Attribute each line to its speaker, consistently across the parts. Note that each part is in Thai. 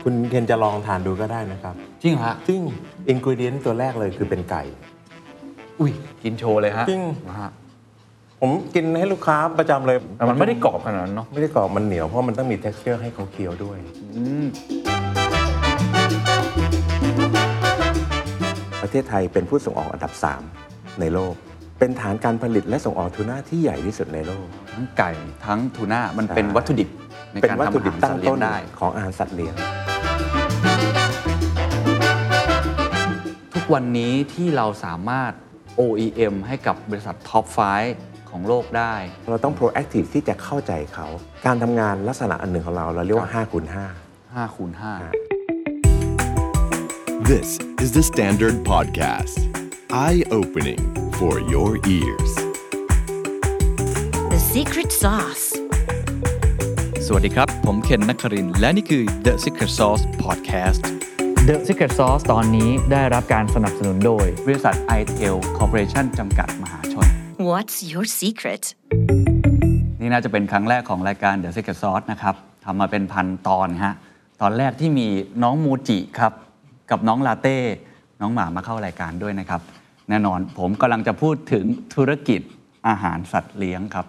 Speaker 1: คุณเคนจะลองทานดูก็ได้นะครับ
Speaker 2: จริงเหรอฮะ
Speaker 1: จริงอินกรีเดียนตัวแรกเลยคือเป็นไก่
Speaker 2: อุ้ยกินโชว์เลยฮะ
Speaker 1: จริง
Speaker 2: นะฮะ
Speaker 1: ผมกินให้ลูกค้าประจำเลย
Speaker 2: แต่มันไม่ได้กรอบขนาดนั้นเนาะ
Speaker 1: ไม่ได้กรอบมันเหนียวเพราะมันต้องมี texture ให้เขาเคี้ยวด้วยประเทศไทยเป็นผู้ส่งออกอันดับ3ในโลกเป็นฐานการผลิตและส่งออกทูน่าที่ใหญ่ที่สุดในโลก
Speaker 2: ทั้งไก่ทั้งทูน่ามันเป็นวัตถุดิบในการทำอาหารสัตว์เลี้ยงได้
Speaker 1: ของอาหารสัตว์เลี้ยง
Speaker 2: ทุกวันนี้ที่เราสามารถ OEM ให้กับบริษัทท็อป5ของโลกได้
Speaker 1: เราต้อง proactive ที่จะเข้าใจเขาการทำงานลักษณะอันหนึ่งของเราเรียกว่า
Speaker 2: 5x5
Speaker 3: This is the Standard Podcast. Eye-opening for your ears.
Speaker 4: The Secret Sauce.
Speaker 5: สวัสดีครับผมเคนนครินทร์และนี่คือ The Secret Sauce Podcast
Speaker 6: The Secret Sauce ตอนนี้ได้รับการสนับสนุนโดย
Speaker 2: บริษัท iTail Corporation จำกัดมหาชน
Speaker 4: What's your secret?
Speaker 2: นี่น่าจะเป็นครั้งแรกของรายการ The Secret Sauce นะครับทำมาเป็นพันตอนฮะตอนแรกที่มีน้องมูจิครับกับน้องลาเต้น้องหมามาเข้ารายการด้วยนะครับแน่นอนผมกำลังจะพูดถึงธุรกิจอาหารสัตว์เลี้ยงครับ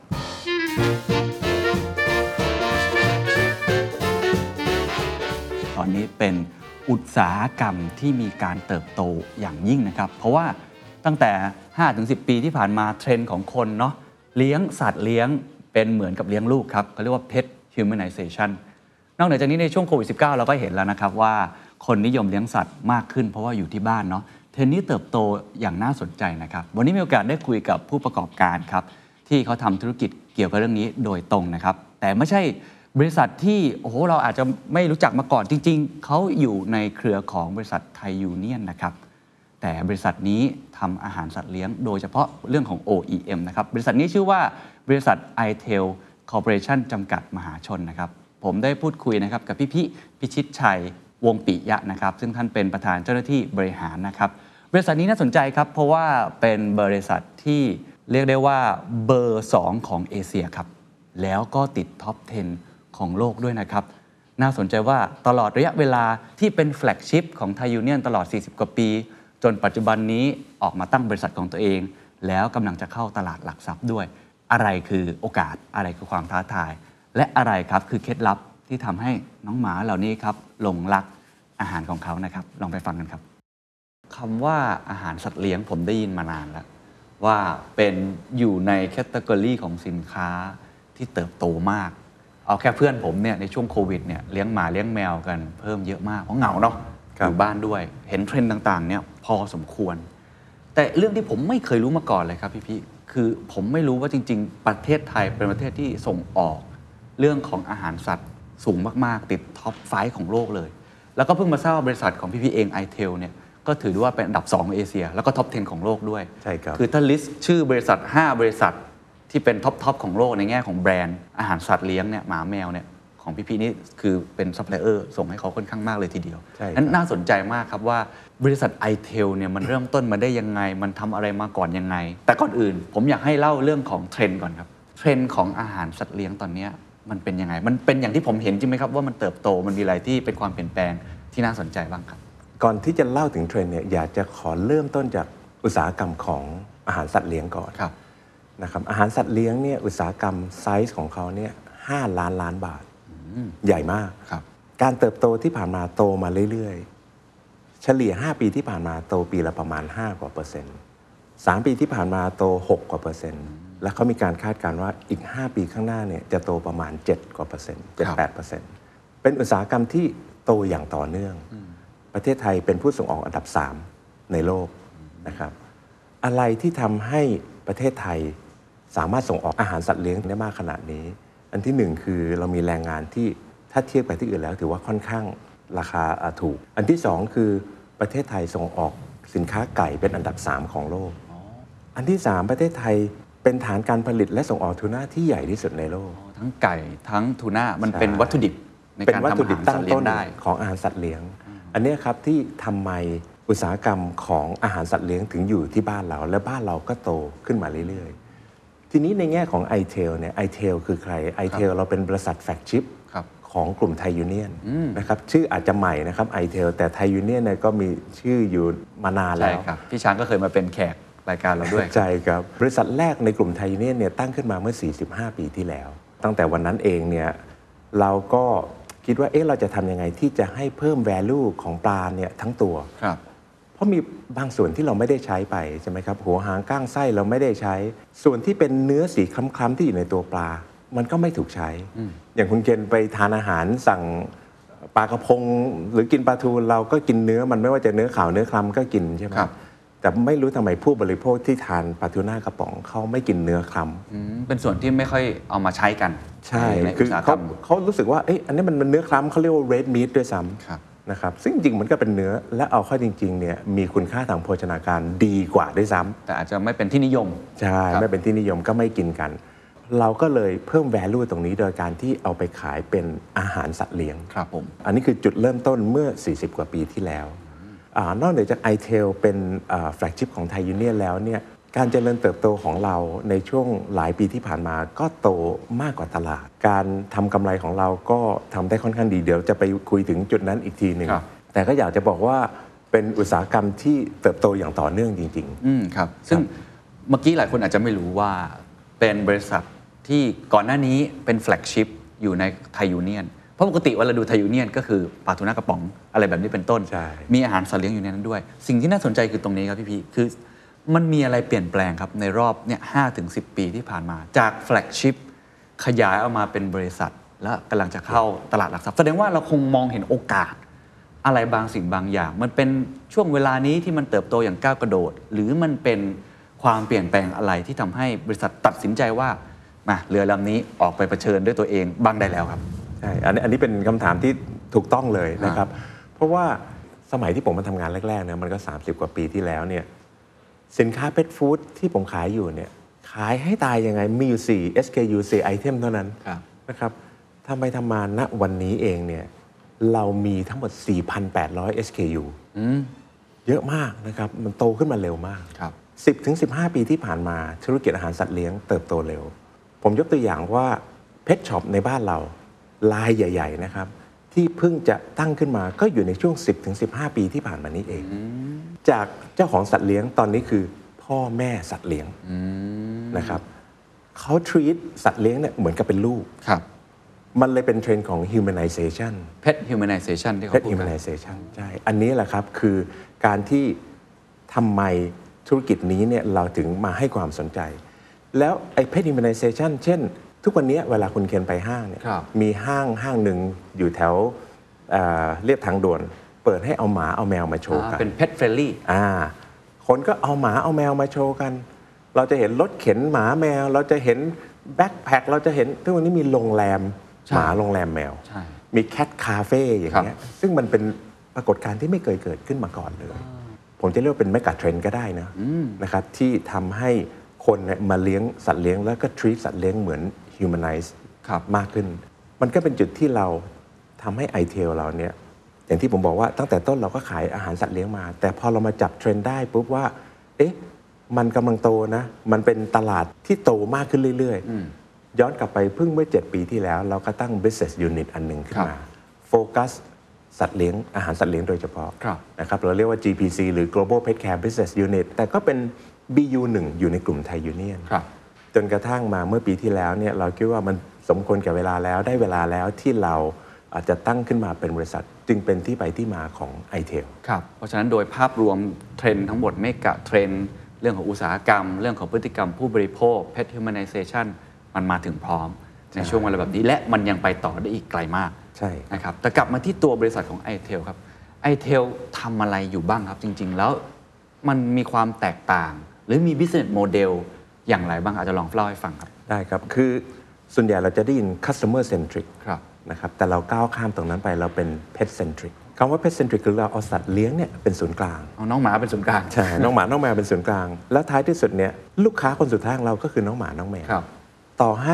Speaker 2: ตอนนี้เป็นอุตสาหกรรมที่มีการเติบโตอย่างยิ่งนะครับเพราะว่าตั้งแต่ 5-10 ปีที่ผ่านมาเทรนด์ของคนเนาะเลี้ยงสัตว์เลี้ยงเป็นเหมือนกับเลี้ยงลูกครับเขาเรียกว่า pet humanization นอกจากนี้ในช่วงโควิด -19 เราก็เห็นแล้วนะครับว่าคนนิยมเลี้ยงสัตว์มากขึ้นเพราะว่าอยู่ที่บ้านเนาะเทรนด์นี้เติบโตอย่างน่าสนใจนะครับวันนี้มีโอกาสได้คุยกับผู้ประกอบการครับที่เขาทำธุรกิจเกี่ยวกับเรื่องนี้โดยตรงนะครับแต่ไม่ใช่บริษัทที่เราอาจจะไม่รู้จักมาก่อนจริงๆเขาอยู่ในเครือของบริษัทไทยยูเนียนนะครับแต่บริษัทนี้ทำอาหารสัตว์เลี้ยงโดยเฉพาะเรื่องของ OEM นะครับบริษัทนี้ชื่อว่าบริษัท iTail Corporation จำกัดมหาชนนะครับผมได้พูดคุยนะครับกับพี่พิชิตชัยวงปิยะนะครับซึ่งท่านเป็นประธานเจ้าหน้าที่บริหารนะครับบริษัทนี้น่าสนใจครับเพราะว่าเป็นบริษัทที่เรียกได้ว่าเบอร์2ของเอเชียครับแล้วก็ติดท็อป10ของโลกด้วยนะครับน่าสนใจว่าตลอดระยะเวลาที่เป็นแฟลกชิพของไทยยูเนียนตลอด40กว่าปีจนปัจจุบันนี้ออกมาตั้งบริษัทของตัวเองแล้วกำลังจะเข้าตลาดหลักทรัพย์ด้วยอะไรคือโอกาสอะไรคือความท้าทายและอะไรครับคือเคล็ดลับที่ทำให้น้องหมาเหล่านี้ครับหลงรักอาหารของเขานะครับลองไปฟังกันครับคำว่าอาหารสัตว์เลี้ยงผมได้ยินมานานแล้วว่าเป็นอยู่ในแคตตากรีของสินค้าที่เติบโตมากเอาแค่เพื่อนผมเนี่ยในช่วงโควิดเนี่ยเลี้ยงหมาเลี้ยงแมวกันเพิ่มเยอะมากเพราะเหงาเนาะอยู่บ้านด้วยเห็นเทรนด์ต่างๆเนี่ยพอสมควรแต่เรื่องที่ผมไม่เคยรู้มาก่อนเลยครับพี่คือผมไม่รู้ว่าจริงๆประเทศไทยเป็นประเทศที่ส่งออกเรื่องของอาหารสัตว์สูงมากๆติดท็อป5ของโลกเลยแล้วก็เพิ่งมาทราบว่าบริษัทของพี่เอง iTail เนี่ยก็ถือได้ว่าเป็นอันดับ2ของเอเชียแล้วก็ท็อป10ของโลกด้วย
Speaker 1: ใช่ครับ
Speaker 2: คือถ้าลิสต์ชื่อบริษัท5บริษัทที่เป็นท็อปของโลกในแง่ของแบรนด์อาหารสัตว์เลี้ยงเนี่ยหมาแมวเนี่ยของพี่นี่คือเป็นซัพพลายเออร์ส่งให้เขาค่อนข้างมากเลยทีเดียวนั้นน่าสนใจมากครับว่าบริษัท iTail เนี่ยมันเริ่มต้นมาได้ยังไงมันทำอะไรมาก่อนยังไงแต่ก่อนอื่นผมอยากให้เล่าเรื่องของเทรนด์ก่อนครับเทรนด์ของอาหารสัตว์เลี้ยงตอนนี้มันเป็นยังไงมันเป็นอย่างที่ผมเห็นจริงไหมครับว่ามันเติบโตมันมีอะไรที่เป็นความเปลี่ยนแปลงที่น่าสนใจบ้างครับ
Speaker 1: ก่อนที่จะเล่าถึงเทรนด์เนี่ยอยากจะขอเริ่มต้นจากอุตสาหกรรมของอาหารสัตว์เลี้ยงก่อนนะครับอาหารสัตว์เลี้ยงเนี่ยอุตสาหกรรมไซส์ของเขาเนี่ย5 ล้านบาทใหญ่มากการเติบโตที่ผ่านมาโตมาเรื่อยๆเฉลี่ย5ปีที่ผ่านมาโตปีละประมาณ5%กว่า3ปีที่ผ่านมาโต6%กว่าและเขามีการคาดการณ์ว่าอีก5ปีข้างหน้าเนี่ยจะโตประมาณ7%กว่า7-8%เป็นอุตสาหกรรมที่โตอย่างต่อเนื่องประเทศไทยเป็นผู้ส่งออกอันดับ3ในโลกนะครับอะไรที่ทำให้ประเทศไทยสามารถส่งออกอาหารสัตว์เลี้ยงได้มากขนาดนี้อันที่1คือเรามีแรงงานที่ถ้าเทียบกับที่อื่นแล้วถือว่าค่อนข้างราคาถูกอันที่2คือประเทศไทยส่งออกสินค้าไก่เป็นอันดับ3ของโลกอันที่3ประเทศไทยเป็นฐานการผลิตและส่งออกทูน่าที่ใหญ่ที่สุดในโลก
Speaker 2: ทั้งไก่ทั้งทูน่ามันเป็นวัตถุดิบในการทำอาหารสัตว์เลี้ยงได้
Speaker 1: ของอาหารสัตว์เลี้ยงอันนี้ครับที่ทำไมอุตสาหกรรมของอาหารสัตว์เลี้ยงถึงอยู่ที่บ้านเราและบ้านเราก็โตขึ้นมาเรื่อยๆทีนี้ในแง่ของ iTail เนี่ย iTail คือใคร iTail เราเป็นบริษัทแฟลกชิพขของกลุ่มไทยยูเนียนนะครับชื่ออาจจะใหม่นะครับ iTel แต่ไทยยูเนียนเนี่ยก็มีชื่ออยู่มานานแล้ว
Speaker 2: ใช่ครับพี่ช้างก็เคยมาเป็นแขกรายการเราด้วย
Speaker 1: ใช่ครับบริษัทแรกในกลุ่มไทยยูเนียนเนี่ยตั้งขึ้นมาเมื่อ 45 ปีที่แล้ว ตั้งแต่วันนั้นเองเนี่ยเราก็คิดว่าเราจะทำยังไงที่จะให้เพิ่ม value ของปลาเนี่ยทั้งตัว
Speaker 2: ครับ
Speaker 1: เพราะมีบางส่วนที่เราไม่ได้ใช้ไปใช่ไหมครับหัวหางก้างไส้เราไม่ได้ใช้ส่วนที่เป็นเนื้อสีคล้ำๆที่อยู่ในตัวปลามันก็ไม่ถูกใช้อย่างคุณเกณฑ์ไปทานอาหารสั่งปลากระพงหรือกินปลาทูเราก็กินเนื้อมันไม่ว่าจะเนื้อขาวเนื้อคล้ำก็กินใช่ไหมแต่ไม่รู้ทำไมผู้บริโภคที่ทานปลาทูน่ากระป๋องเขาไม่กินเนื้อคล้ำ
Speaker 2: เป็นส่วนที่ไม่ค่อยเอามาใช้กัน
Speaker 1: ใช่คือเขารู้สึกว่าอันนี้มันเนื้อคล้ำเขาเรียกว่า red meat ด้วยซ้ำนะครับซึ่งจริงมันก็เป็นเนื้อและเอาเข้าจริงๆเนี่ยมีคุณค่าทางโภชนาการดีกว่าด้วยซ้ำ
Speaker 2: แต่อาจจะไม่เป็นที่นิยม
Speaker 1: ใช่ไม่เป็นที่นิยมก็ไม่กินกันเราก็เลยเพิ่ม value ตรงนี้โดยการที่เอาไปขายเป็นอาหารสัตว์เลี้ยง
Speaker 2: ครับผม
Speaker 1: อันนี้คือจุดเริ่มต้นเมื่อ40กว่าปีที่แล้วนอกเหนือจาก iTel เป็นแฟลกชิพของไทยยูเนียนแล้วเนี่ยการเจริญเติบโตของเราในช่วงหลายปีที่ผ่านมาก็โตมากกว่าตลาดการทำกำไรของเราก็ทำได้ค่อนข้างดีเดี๋ยวจะไปคุยถึงจุดนั้นอีกทีหนึ่งแต่ก็อยากจะบอกว่าเป็นอุตสาหกรรมที่เติบโตอย่างต่อเนื่องจริง
Speaker 2: ๆครับซึ่งเมื่อกี้หลายคนอาจจะไม่รู้ว่าเป็นบริษัทที่ก่อนหน้านี้เป็นแฟลกชิพอยู่ในไทยยูเนียนเพราะปกติเวลาดูไทยยูเนียนก็คือปลาทูน่ากระป๋องอะไรแบบนี้เป็นต้นมีอาหารสัตว์เลี้ยงอยู่ในนั้นด้วยสิ่งที่น่าสนใจคือตรงนี้ครับพี่คือมันมีอะไรเปลี่ยนแปลงครับในรอบเนี่ย5-10 ปีที่ผ่านมาจากแฟลกชิพขยายออกมาเป็นบริษัทและกำลังจะเข้าตลาดหลักทรัพย์แสดงว่าเราคงมองเห็นโอกาสอะไรบางสิ่งบางอย่างมันเป็นช่วงเวลานี้ที่มันเติบโตอย่างก้าวกระโดดหรือมันเป็นความเปลี่ยนแปลงอะไรที่ทำให้บริษัทตัดสินใจว่ามาเรือลำนี้ออกไปเผชิญด้วยตัวเองบ้างได้แล้วครับ
Speaker 1: ใช่อันนี้เป็นคำถามที่ถูกต้องเลยนะครับเพราะว่าสมัยที่ผมมาทำงานแรกๆเนี่ยมันก็30กว่าปีที่แล้วเนี่ยสินค้าเพทฟู้ดที่ผมขายอยู่เนี่ยขายให้ตายยังไงมีอยู่4 SKU 4 ไอเทมเท่านั้นนะครับทำไปทำมาณวันนี้เองเนี่ยเรามีทั้งหมด 4,800 SKU เยอะมากนะครับมันโตขึ้นมาเร็วมาก10-15 ปีที่ผ่านมาธุรกิจอาหารสัตว์เลี้ยงเติบโตเร็วผมยกตัวอย่างว่าเพทช็อปในบ้านเรารายใหญ่ๆนะครับที่เพิ่งจะตั้งขึ้นมาก็อยู่ในช่วง 10-15 ปีที่ผ่านมานี้เองจากเจ้าของสัตว์เลี้ยงตอนนี้คือพ่อแม่สัตว์เลี้ยงนะครับเขา treat สัตว์เลี้ยงเนี่ยเหมือนกับเป็นลูกมันเลยเป็นเทรนด์ของ humanization
Speaker 2: pet humanization ที่เขาพูด
Speaker 1: pet humanization ใช่อันนี้แหละครับคือการที่ทำไมธุรกิจนี้เนี่ยเราถึงมาให้ความสนใจแล้วไอ้ pet humanization เช่นทุกวันนี้เวลาคุณเคนไปห้างเนี่ยมีห้างหนึ่งอยู่แถวเรียบทางด่วนเปิดให้เอาหมาเอาแมวมาโชว์กัน
Speaker 2: เป็น pet friendly
Speaker 1: คนก็เอาหมาเอาแมวมาโชว์กันเราจะเห็นรถเข็นหมาแมวเราจะเห็นแบ็คแพ็คเราจะเห็นทุกวันนี้มีโรงแรมหมาโรงแรมแมวมีแคทคาเฟ่อย่างเงี้ยซึ่งมันเป็นปรากฏการณ์ที่ไม่เคยเกิดขึ้นมาก่อนเลยผมจะเรียกว่าเป็นเมกะเทรนด์ก็ได้นะครับที่ทำให้คนมาเลี้ยงสัตว์เลี้ยงแล้วก็ treat สัตว์เลี้ยงเหมือน humanize มากขึ้นมันก็เป็นจุดที่เราทำให้ iTel เราเนี่ยอย่างที่ผมบอกว่าตั้งแต่ต้นเราก็ขายอาหารสัตว์เลี้ยงมาแต่พอเรามาจับเทรนด์ได้ปุ๊บว่ามันกำลังโตนะมันเป็นตลาดที่โตมากขึ้นเรื่อยๆย้อนกลับไปเพิ่งเมื่อ7 ปีที่แล้วเราก็ตั้ง business unit อันหนึ่งขึ้นมาโฟกัสสัตว์เลี้ยงอาหารสัตว์เลี้ยงโดยเฉพาะนะครับเราเรียกว่า GPC หรือ Global Pet Care Business Unit แต่ก็เป็น BU1 อยู่ในกลุ่มไทยยูเนียนจนกระทั่งมาเมื่อปีที่แล้วเนี่ยเราคิดว่ามันสมควรแก่เวลาแล้วได้เวลาแล้วที่เราอาจจะตั้งขึ้นมาเป็นบริษัทจึงเป็นที่ไปที่มาของ iTel
Speaker 2: ครับเพราะฉะนั้นโดยภาพรวมเทรนด์ทั้งหมดเมกะเทรนด์เรื่องของอุตสาหกรรมเรื่องของพฤติกรรมผู้บริโภค Pet Humanization มันมาถึงพร้อมในช่วงเวลาแบบนี้และมันยังไปต่อได้อีกไกลมาก
Speaker 1: ใช่
Speaker 2: นะครับแต่กลับมาที่ตัวบริษัทของ iTel ครับ iTel ทำอะไรอยู่บ้างครับจริงๆแล้วมันมีความแตกต่างหรือมี business model อย่างไรบ้างอาจจะลองเล่าให้ฟังครับ
Speaker 1: ได้ครับคือส่วนใหญ่เราจะได้ยิน customer centric นะครับแต่เราก้าวข้ามตรงนั้นไปเราเป็น pet centric คำว่า pet centric คือเราเอาสัตว์เลี้ยงเนี่ยเป็นศูนย์กลาง
Speaker 2: เอาน้องหมาเป็นศูนย์กลาง
Speaker 1: ใช่น้องหมาน้องแมวเป็นศูนย์กลางแล้วท้ายที่สุดเนี่ยลูกค้าคนสุดท้ายของเราก็คือน้องหมาน้องแมวต่อให้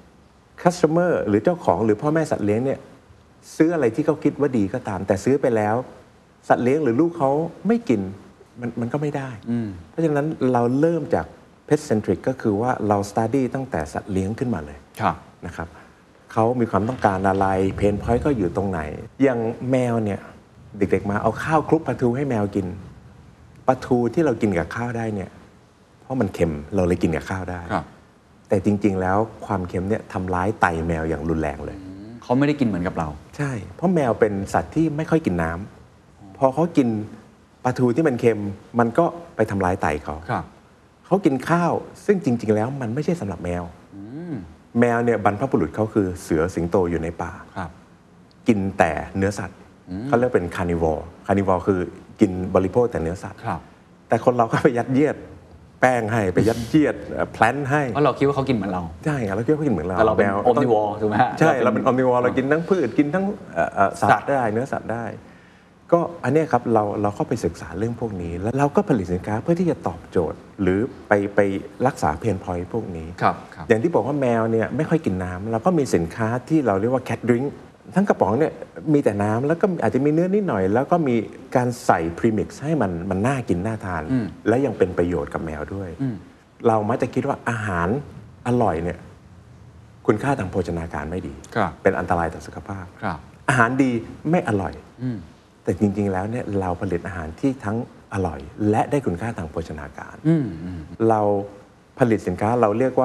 Speaker 1: customer หรือเจ้าของหรือพ่อแม่สัตว์เลี้ยงเนี่ยซื้ออะไรที่เขาคิดว่าดีก็ตามแต่ซื้อไปแล้วสัตว์เลี้ยงหรือลูกเขาไม่กินมันก็ไม่ได้เพราะฉะนั้นเราเริ่มจาก pet centric ก็คือว่าเรา study ตั้งแต่สัตว์เลี้ยงขึ้นมาเลยนะครับเขามีความต้องการอะไรเพนพอยต์ก็อยู่ตรงไหนอย่างแมวเนี่ยเด็กๆมาเอาข้าวคลุกปลาทูให้แมวกินปลาทูที่เรากินกับข้าวได้เนี่ยเพราะมันเค็มเราเลยกินกับข้าวได้แต่จริงๆแล้วความเค็มเนี่ยทำร้ายไตแมวอย่างรุนแรงเลย
Speaker 2: เขาไม่ได้กินเหมือนกับเรา
Speaker 1: ใช่เพราะแมวเป็นสัตว์ที่ไม่ค่อยกินน้ำพอเขากินปลาทูที่มันเค็มมันก็ไปทำร้ายไตเขากินข้าวซึ่งจริงๆแล้วมันไม่ใช่สำหรับแมวแมวเนี่ยบรรพบุรุษเขาคือเสือสิงโตอยู่ในป่ากินแต่เนื้อสัตว์เขาเรียกเป็นคาร์นิวอร์คือกินบริโภคแต่เนื้อสัตว์แต่คนเราก็ไปยัดเยียดแป้งให้ไปยัดเยียดแพลนให้
Speaker 2: เพราะเราคิดว่าเขากินเหมือนเรา
Speaker 1: ใช่เราคิดว่าเขากินเหมือนเรา
Speaker 2: แต่เราเป็นออมนิวอร์ถูกไหมฮะ
Speaker 1: ใช่เราเป็นออมนิวอร์เรากินทั้งพืชกินทั้งสัตว์ได้เนื้อสัตว์ได้ก็อันนี้ครับเราเข้าไปศึกษาเรื่องพวกนี้แล้วเราก็ผลิตสินค้าเพื่อที่จะตอบโจทย์หรือไปรักษาเพนพอยต์พวกนี้อย่างที่บอกว่าแมวเนี่ยไม่ค่อยกินน้ำเราก็มีสินค้าที่เราเรียกว่าแคทดริงก์ทั้งกระป๋องเนี่ยมีแต่น้ำแล้วก็อาจจะมีเนื้อนิดหน่อยแล้วก็มีการใส่พรีมิกซ์ให้มันน่ากินน่าทานและยังเป็นประโยชน์กับแมวด้วยเรามักจะคิดว่าอาหารอร่อยเนี่ยคุณค่าทางโภชนาการไม่ดีเป็นอันตรายต่อสุขภาพอาหารดีไม่อร่อยแต่จริงๆแล้วเนี่ยเราผลิตอาหารที่ทั้งอร่อยและได้คุณค่าทางโภชนาการเราผลิตสินค้าเราเรียกว่า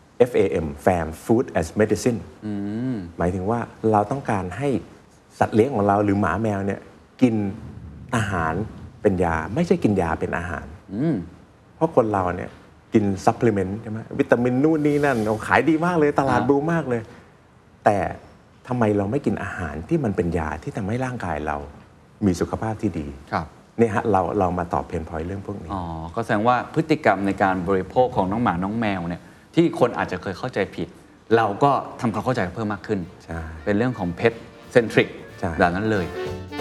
Speaker 1: FAM Food as Medicine หมายถึงว่าเราต้องการให้สัตว์เลี้ยงของเราหรือหมาแมวเนี่ยกินอาหารเป็นยาไม่ใช่กินยาเป็นอาหารเพราะคนเราเนี่ยกินซัพพลีเมนต์ใช่ไหมวิตามินนู่นนี่นั่นขายดีมากเลยตลาดบูมมากเลยแต่ทำไมเราไม่กินอาหารที่มันเป็นยาที่ทำให้ร่างกายเรามีสุขภาพที่ดีเนี่ยฮะเรามาตอบเพนพอยต์เรื่องพวกนี้
Speaker 2: ก็แสดงว่าพฤติกรรมในการบริโภคของน้องหมาน้องแมวเนี่ยที่คนอาจจะเคยเข้าใจผิดเราก็ทำความเข้าใจเพิ่มมากขึ้นเป็นเรื่องของเพทเซนทริกแบบนั้นเลย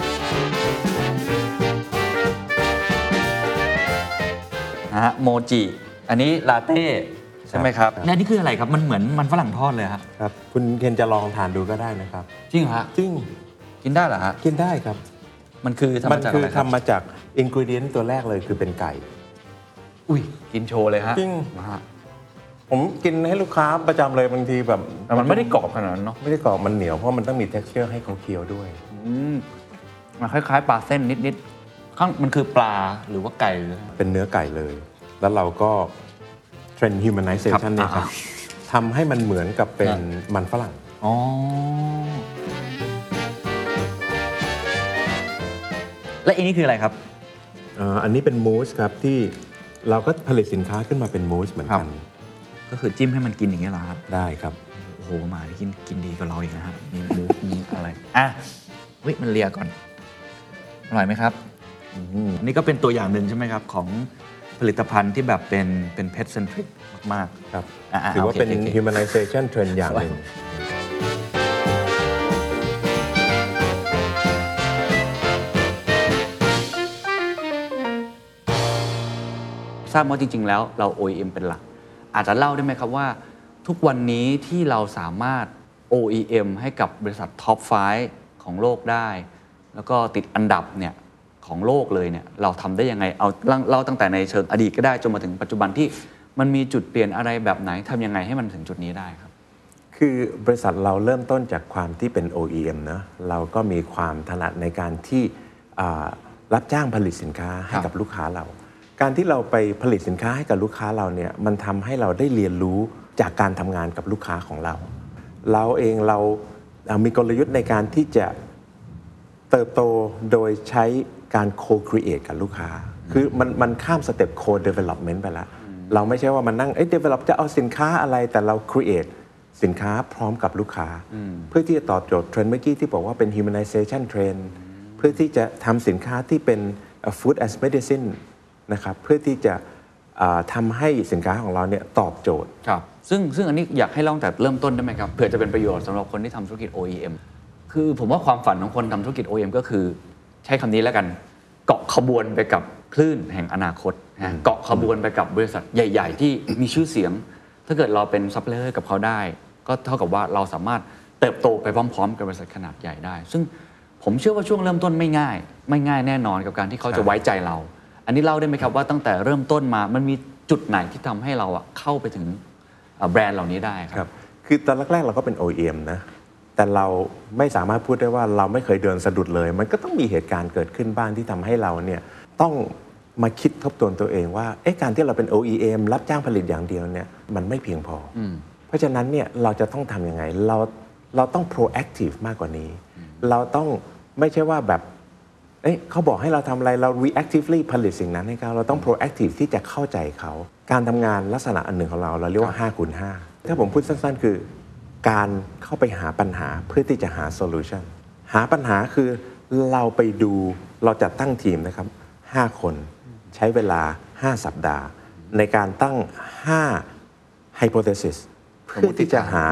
Speaker 2: นะฮะโมจิอันนี้ลาเต้ใช่ไหมครับและนี่คืออะไรครับมันเหมือนมันฝรั่งทอดเลย
Speaker 1: ครับคุณเคนจะลองทานดูก็ได้นะครับ
Speaker 2: จริงเหรอ
Speaker 1: จริง
Speaker 2: กินได้เหรอฮะ
Speaker 1: กินได้ครับ
Speaker 2: มันคือทำมาจากอะไรครับ
Speaker 1: ทำมาจากอินกรีเดียนต์ตัวแรกเลยคือเป็นไก่
Speaker 2: อุ้ยกินโชว์เลยฮะ
Speaker 1: จริงผมกินให้ลูกค้าประจำเลยบางทีแบบ
Speaker 2: แต่มันไม่ได้กรอบขนาดนั้นเนาะ
Speaker 1: ไม่ได้กรอบมันเหนียวเพราะมันต้องมี texture ให้เขาเคี้ยวด้วย
Speaker 2: มันคล้ายๆปลาเส้นนิดๆข้างมันคือปลาหรือว่าไก่
Speaker 1: เป็นเนื้อไก่เลยแล้วเราก็เทรนด์ humanization เนี่ยครับทำให้มันเหมือนกับเป็นมันฝรั่ง
Speaker 2: และอันนี้คืออะไรครับ
Speaker 1: อันนี้เป็นมูสครับที่เราก็ผลิตสินค้าขึ้นมาเป็นมูสเหมือนกัน
Speaker 2: ก็คือจิ้มให้มันกินอย่างเงี้ยเหรอครับ
Speaker 1: ได้ครับ
Speaker 2: โอ้โหหมากินดีกว่าเราอีกนะฮะมีมูสมีอะไรเฮ้ยมันเลียก่อนอร่อยไหมครับนี่ก็เป็นตัวอย่างหนึ่งใช่ไหมครับของผลิตภัณฑ์ที่แบบเป็นเพทเซนทริกมาก
Speaker 1: ๆครับถือว่าเป็น humanization trend อย่างหนึ่ง
Speaker 2: ทราบว่าจริงๆแล้วเรา OEM เป็นหลักอาจจะเล่าได้ไหมครับว่าทุกวันนี้ที่เราสามารถ OEM ให้กับบริษัทท็อป5ของโลกได้แล้วก็ติดอันดับเนี่ยของโลกเลยเนี่ยเราทำได้ยังไงเอาเล่าตั้งแต่ในเชิงอดีตก็ได้จนมาถึงปัจจุบันที่มันมีจุดเปลี่ยนอะไรแบบไหนทำยังไงให้มันถึงจุดนี้ได้ครับ
Speaker 1: คือบริษัทเราเริ่มต้นจากความที่เป็น OEM นะเราก็มีความถนัดในการที่รับจ้างผลิตสินค้าให้กับลูกค้าเราการที่เราไปผลิตสินค้าให้กับลูกค้าเราเนี่ยมันทำให้เราได้เรียนรู้จากการทำงานกับลูกค้าของเราเรามีกลยุทธ์ในการที่จะเติบโตโดยใช้การ co-create กับลูกค้าคือมันข้ามสเต็ป co-development ไปแล้วเราไม่ใช่ว่ามันนั่งdevelop จะเอาสินค้าอะไรแต่เรา create สินค้าพร้อมกับลูกค้าเพื่อที่จะตอบโจทย์เทรนด์เมื่อกี้ที่บอกว่าเป็น humanization trend เพื่อที่จะทำสินค้าที่เป็น food as medicineนะครับเพื่อที่จะทำให้สินค้าของเราเนี่ยตอบโจทย์
Speaker 2: ครับซึ่งอันนี้อยากให้ลองแต่เริ่มต้นได้ไหมครับเผื่อจะเป็นประโยชน์สำหรับคนที่ทำธุรกิจ OEM คือผมว่าความฝันของคนทำธุรกิจ OEM ก็คือใช้คำนี้แล้วกันเกาะขบวนไปกับคลื่นแห่งอนาคตเกาะขบวนไปกับบริษัทใหญ่ๆที่มีชื่อเสียงถ้าเกิดเราเป็นซัพพลายเออร์กับเขาได้ก็เท่ากับว่าเราสามารถเติบโตไปพร้อมๆกับบริษัทขนาดใหญ่ได้ซึ่งผมเชื่อว่าช่วงเริ่มต้นไม่ง่ายแน่นอนกับการที่เขาจะไว้ใจเราอันนี้เล่าได้ไหมครับว่าตั้งแต่เริ่มต้นมามันมีจุดไหนที่ทำให้เราเข้าไปถึงแบรนด์เหล่านี้ได้ครับ
Speaker 1: คคือตอนแรกๆเราก็เป็น OEM นะแต่เราไม่สามารถพูดได้ว่าเราไม่เคยเดินสะดุดเลยมันก็ต้องมีเหตุการณ์เกิดขึ้นบ้างที่ทำให้เราเนี่ยต้องมาคิดทบทวนตัวเองว่าการที่เราเป็น OEM รับจ้างผลิตอย่างเดียวเนี่ยมันไม่เพียงพอเพราะฉะนั้นเนี่ยเราจะต้องทำยังไงเราต้อง proactive มากกว่านี้เราต้องไม่ใช่ว่าแบบเขาบอกให้เราทำอะไรเรา reactively ผลิตสิ่งนั้นให้เขาเราต้อง proactive ที่จะเข้าใจเขาการทำงานลักษณะอันหนึ่งของเราเรียกว่า5 คูณ 5ถ้าผมพูดสั้นๆคือการเข้าไปหาปัญหาเพื่อที่จะหา solution หาปัญหาคือเราไปดูเราจัดตั้งทีมนะครับ5 คนใช้เวลา5 สัปดาห์ในการตั้ง5 hypothesis เพื่อที่จะหา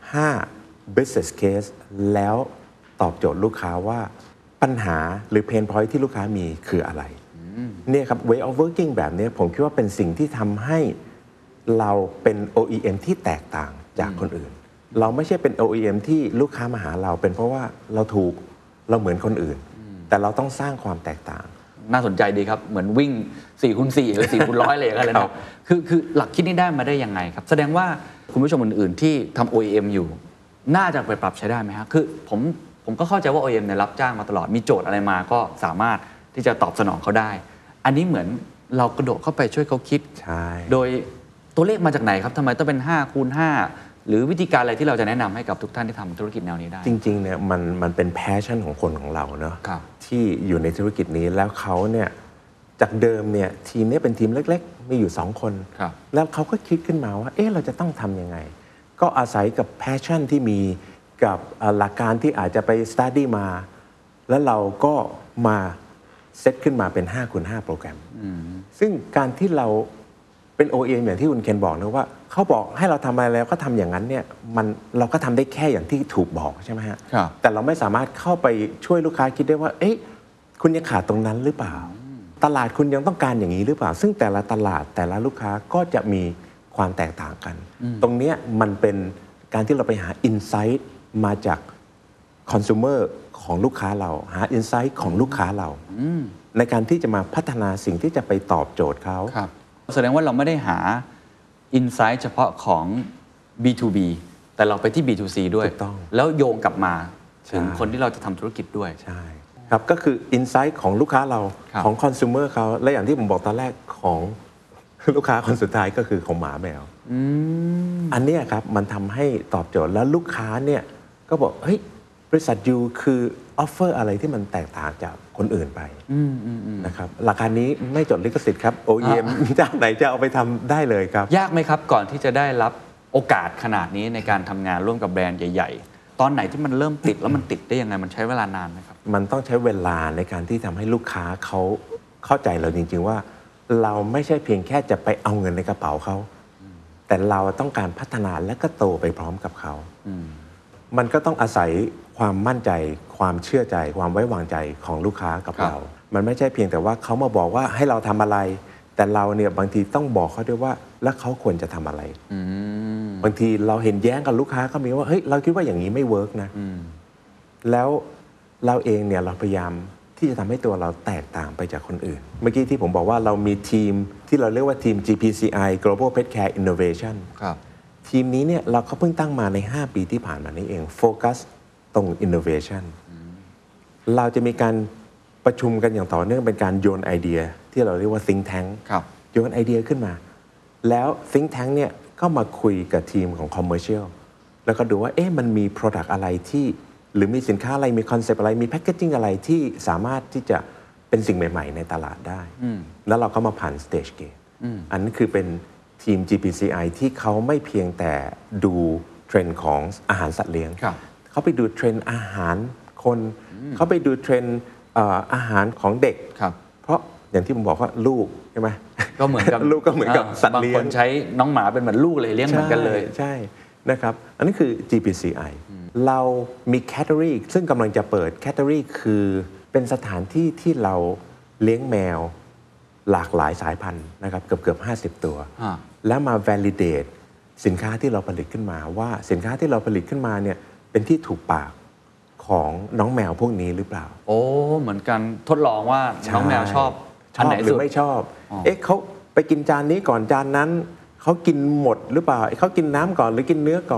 Speaker 1: 5 business case แล้วตอบโจทย์ลูกค้าว่าปัญหาหรือ pain point ที่ลูกค้ามีคืออะไรเนี่ยครับ way of working แบบนี้ผมคิดว่าเป็นสิ่งที่ทำให้เราเป็น OEM ที่แตกต่างจากคนอื่นเราไม่ใช่เป็น OEM ที่ลูกค้ามาหาเราเป็นเพราะว่าเราเหมือนคนอื่นแต่เราต้องสร้างความแตกต่าง
Speaker 2: น่าสนใจดีครับเหมือนวิ่ง4 คูณ 4หรือ4 คูณ 100เลยกันเลยนะคือหลักคิดนี้ได้มาได้ยังไงครับแสดงว่าคุณผู้ชมอื่นๆที่ทำ OEM อยู่น่าจะไปปรับใช้ได้ไหมครับคือผมก็เข้าใจว่า OEM เนี่ยรับจ้างมาตลอดมีโจทย์อะไรมาก็สามารถที่จะตอบสนองเขาได้อันนี้เหมือนเรากระโดดเข้าไปช่วยเขาคิดโดยตัวเลขมาจากไหนครับทำไมต้องเป็น5 คูณ 5หรือวิธีการอะไรที่เราจะแนะนำให้กับทุกท่านที่ทำธุรกิจแนวนี้ได้
Speaker 1: จริงๆเนี่ยมันเป็น passion ของคนของเราเนาะที่อยู่ในธุรกิจนี้แล้วเขาเนี่ยจากเดิมเนี่ยทีมนี้เป็นทีมเล็กๆมีอยู่2 คนแล้วเขาก็คิดขึ้นมาว่าเราจะต้องทำยังไงก็อาศัยกับ passion ที่มีกับหลักการที่อาจจะไป study มาแล้วเราก็มาเซตขึ้นมาเป็น5 คูณ 5โปรแกรมซึ่งการที่เราเป็น OEM อย่างที่คุณเคนบอกนะว่าเขาบอกให้เราทำอะไรแล้วก็ทำอย่างนั้นเนี่ยเราก็ทำได้แค่อย่างที่ถูกบอกใช่ไหมฮะแต่เราไม่สามารถเข้าไปช่วยลูกค้าคิดได้ว่าคุณยังขาดตรงนั้นหรือเปล่าตลาดคุณยังต้องการอย่างนี้หรือเปล่าซึ่งแต่ละตลาดแต่ละลูกค้าก็จะมีความแตกต่างกันตรงนี้มันเป็นการที่เราไปหา insight มาจาก consumer ของลูกค้าเราหา insight ของลูกค้าเราในการที่จะมาพัฒนาสิ่งที่จะไปตอบโจทย์เขา
Speaker 2: แสดงว่าเราไม่ได้หา insight เฉพาะของ B2B แต่เราไปที่ B2C ด้วยแล้วโยงกลับมาถึงคนที่เราจะทำธุรกิจด้วย
Speaker 1: ใช่ครับก็คือ insight ของลูกค้าเราของ consumer เขาและอย่างที่ผมบอกตอนแรกของลูกค้าคนสุดท้ายก็คือของหมาแมวอันนี้ครับมันทำให้ตอบโจทย์แล้วลูกค้าเนี่ยก็บอกเฮ้ยบริษัทยูคือออฟเฟอร์อะไรที่มันแตกต่างจากคนอื่นไปนะครับหลักการนี้ไม่จดลิขสิทธิ์ครับ OEM จากไหนจะเอาไปทำได้เลยครับ
Speaker 2: ยากไหมครับก่อนที่จะได้รับโอกาสขนาดนี้ในการทำงานร่วมกับแบรนด์ใหญ่ๆตอนไหนที่มันเริ่มติดแล้วมันติดได้ยังไงมันใช้เวลานานไหมครับ
Speaker 1: มันต้องใช้เวลาในการที่ทำให้ลูกค้าเขาเข้าใจเราจริงๆว่าเราไม่ใช่เพียงแค่จะไปเอาเงินในกระเป๋าเขาแต่เราต้องการพัฒนาและก็โตไปพร้อมกับเขามันก็ต้องอาศัยความมั่นใจความเชื่อใจความไว้วางใจของลูกค้ากับเรามันไม่ใช่เพียงแต่ว่าเขามาบอกว่าให้เราทำอะไรแต่เราเนี่ยบางทีต้องบอกเขาด้วยว่าแล้วเขาควรจะทำอะไรบางทีเราเห็นแย้งกับลูกค้าก็มีว่าเฮ้ยเราคิดว่าอย่างนี้ไม่เวิร์กนะแล้วเราเองเนี่ยเราพยายามที่จะทำให้ตัวเราแตกต่างไปจากคนอื่นเมื่อกี้ที่ผมบอกว่าเรามีทีมที่เราเรียกว่าทีม GPCI Global Pet Care Innovation ทีมนี้เนี่ยเราก็เพิ่งตั้งมาใน5 ปีที่ผ่านมานี้เองโฟกัสตรง innovation เราจะมีการประชุมกันอย่างต่อเนื่องเป็นการโยนไอเดียที่เราเรียกว่า think tank โยนไอเดียขึ้นมาแล้ว think tank เนี่ยก็มาคุยกับทีมของ commercial แล้วก็ดูว่ามันมี product อะไรที่หรือมีสินค้าอะไรมีคอนเซปต์อะไรมีแพคเกจิ้งอะไรที่สามารถที่จะเป็นสิ่งใหม่ๆในตลาดได้แล้วเราก็มาผ่าน stage gate อันนี้คือเป็นทีม GPCI ที่เขาไม่เพียงแต่ดูเทรนด์ของอาหารสัตว์เลี้ยงเขาไปดูเทรนด์อาหารคนเขาไปดูเทรนด์อาหารของเด็กเพราะอย่างที่ผมบอกว่าลูกใช่ไหม
Speaker 2: ก็เหมือนกับ
Speaker 1: ลูกก็เหมือนกับสัตว์เลี้ยง
Speaker 2: บางคนใช้น้องหมาเป็นเหมือนลูกเลยเลี้ยงเหมือนกันเลย
Speaker 1: ใช่นะครับอันนี้คือ GPCI เรามี category ซึ่งกำลังจะเปิด category คือเป็นสถานที่ที่เราเลี้ยงแมวหลากหลายสายพันธุ์นะครับเกือบ50 ตัวแล้วมา validate สินค้าที่เราผลิตขึ้นมาว่าสินค้าที่เราผลิตขึ้นมาเนี่ยเป็นที่ถูกปากของน้องแมวพวกนี้หรือเปล่า
Speaker 2: โอ้เหมือนกันทดลองว่าน้องแมวชอบ
Speaker 1: อันไหนหรือไม่ชอบเขาไปกินจานนี้ก่อนจานนั้นเขากินหมดหรือเปล่าเขากินน้ำก่อนหรือกินเนื้อก่อน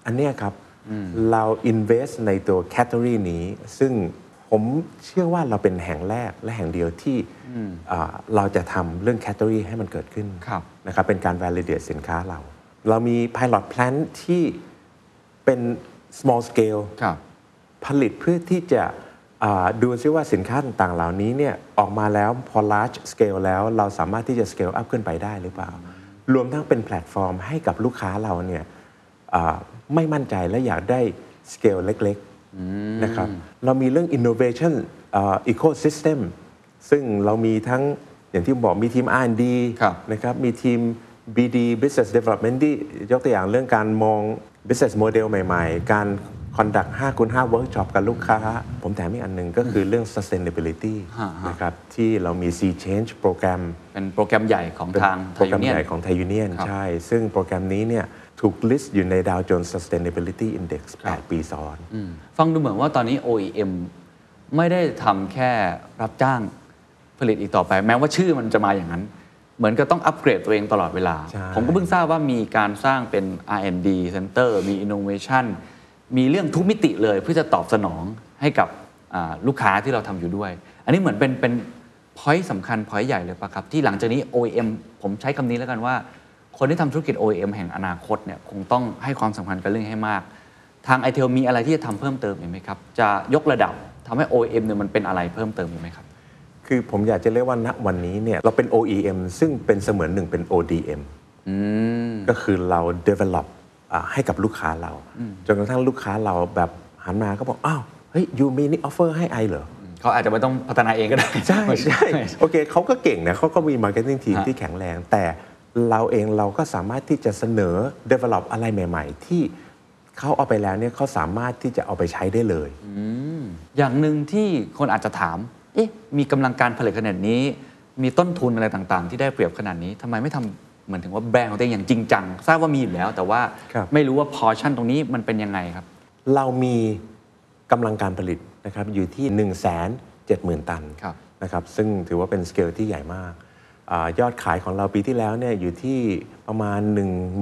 Speaker 1: อันเนี้ยครับเรา invest ในตัว category นี้ซึ่งผมเชื่อว่าเราเป็นแห่งแรกและแห่งเดียวที่เราจะทำเรื่อง category ให้มันเกิดขึ้นนะครับเป็นการ validate สินค้าเรามี pilot plant ที่เป็น small scale ผลิตเพื่อที่จะดูซิว่าสินค้าต่างๆเหล่านี้เนี่ยออกมาแล้วพอ large scale แล้วเราสามารถที่จะ scale up ขึ้นไปได้หรือเปล่ารวมทั้งเป็นแพลตฟอร์มให้กับลูกค้าเราเนี่ยไม่มั่นใจและอยากได้ scale เล็กๆนะครับเรามีเรื่อง innovation ecosystem ซึ่งเรามีทั้งอย่างที่บอกมีทีม R&D นะครับมีทีม BD Business Development ที่ยกตัวอย่างเรื่องการมอง business model ใหม่ๆการconduct 5x5 workshop กับลูกค้าผมแถมอีกอันหนึ่งก็คือเรื่อง sustainability นะครับที่เรามี Sea Change โปรแกรม
Speaker 2: เป็นโปรแกรมใหญ่ของทาง
Speaker 1: โปรแกรมใหญ่ของ Thai Union ใช่ซึ่งโปรแกรมนี้เนี่ยถูก list อยู่ใน Dow Jones Sustainability Index 8 ปีซ้อน
Speaker 2: ฟังดูเหมือนว่าตอนนี้ OEM ไม่ได้ทำแค่รับจ้างผลิตอีกต่อไปแม้ว่าชื่อมันจะมาอย่างนั้นเหมือนกับต้องอัปเกรดตัวเองตลอดเวลาผมก็เพิ่งทราบว่ามีการสร้างเป็น R&D Center มี Innovationมีเรื่องทุกมิติเลยเพื่อจะตอบสนองให้กับลูกค้าที่เราทำอยู่ด้วยอันนี้เหมือนเป็น point สำคัญ point ใหญ่เลยป่ะครับที่หลังจากนี้ OEM ผมใช้คำนี้แล้วกันว่าคนที่ทำธุรกิจ OEM แห่งอนาคตเนี่ยคงต้องให้ความสำคัญกับเรื่องให้มากทาง iTel มีอะไรที่จะทำเพิ่มเติมอีกไหมครับจะยกระดับทำให้ OEM เนี่ยมันเป็นอะไรเพิ่มเติมอีกไหมครับ
Speaker 1: คือผมอยากจะเรียกว่าณวันนี้เนี่ยเราเป็น OEM ซึ่งเป็นเสมือนหนึ่งเป็น ODM ก็คือเรา developให้กับลูกค้าเราจนกระทั่งลูกค้าเราแบบหันมาก็บอกอ้าวเฮ้ยยูมีนี่ออฟเฟอร์ให้ไอเหรอ
Speaker 2: เขาอาจจะไม่ต้องพัฒนาเองก็ได้
Speaker 1: ใช่ใช่โอเคเขาก็เก่งนะเขาก็มี marketing team ที่แข็งแรงแต่เราเองเราก็สามารถที่จะเสนอ develop อะไรใหม่ๆที่เขาเอาไปแล้วเนี่ยเขาสามารถที่จะเอาไปใช้ได้เลย
Speaker 2: อย่างหนึ่งที่คนอาจจะถามมีกำลังการผลิตขนาดนี้มีต้นทุนอะไรต่างๆที่ได้เปรียบขนาดนี้ทำไมไม่ทำเหมือนถึงว่าแบรนด์ของตัวเองอย่างจริงจังทราบว่ามีอยู่แล้วแต่ว่าไม่รู้ว่าพอร์ชั่นตรงนี้มันเป็นยังไงครับ
Speaker 1: เรามีกำลังการผลิตนะครับอยู่ที่ 170,000 ตันนะครับซึ่งถือว่าเป็นสเกลที่ใหญ่มากยอดขายของเราปีที่แล้วเนี่ยอยู่ที่ประมาณ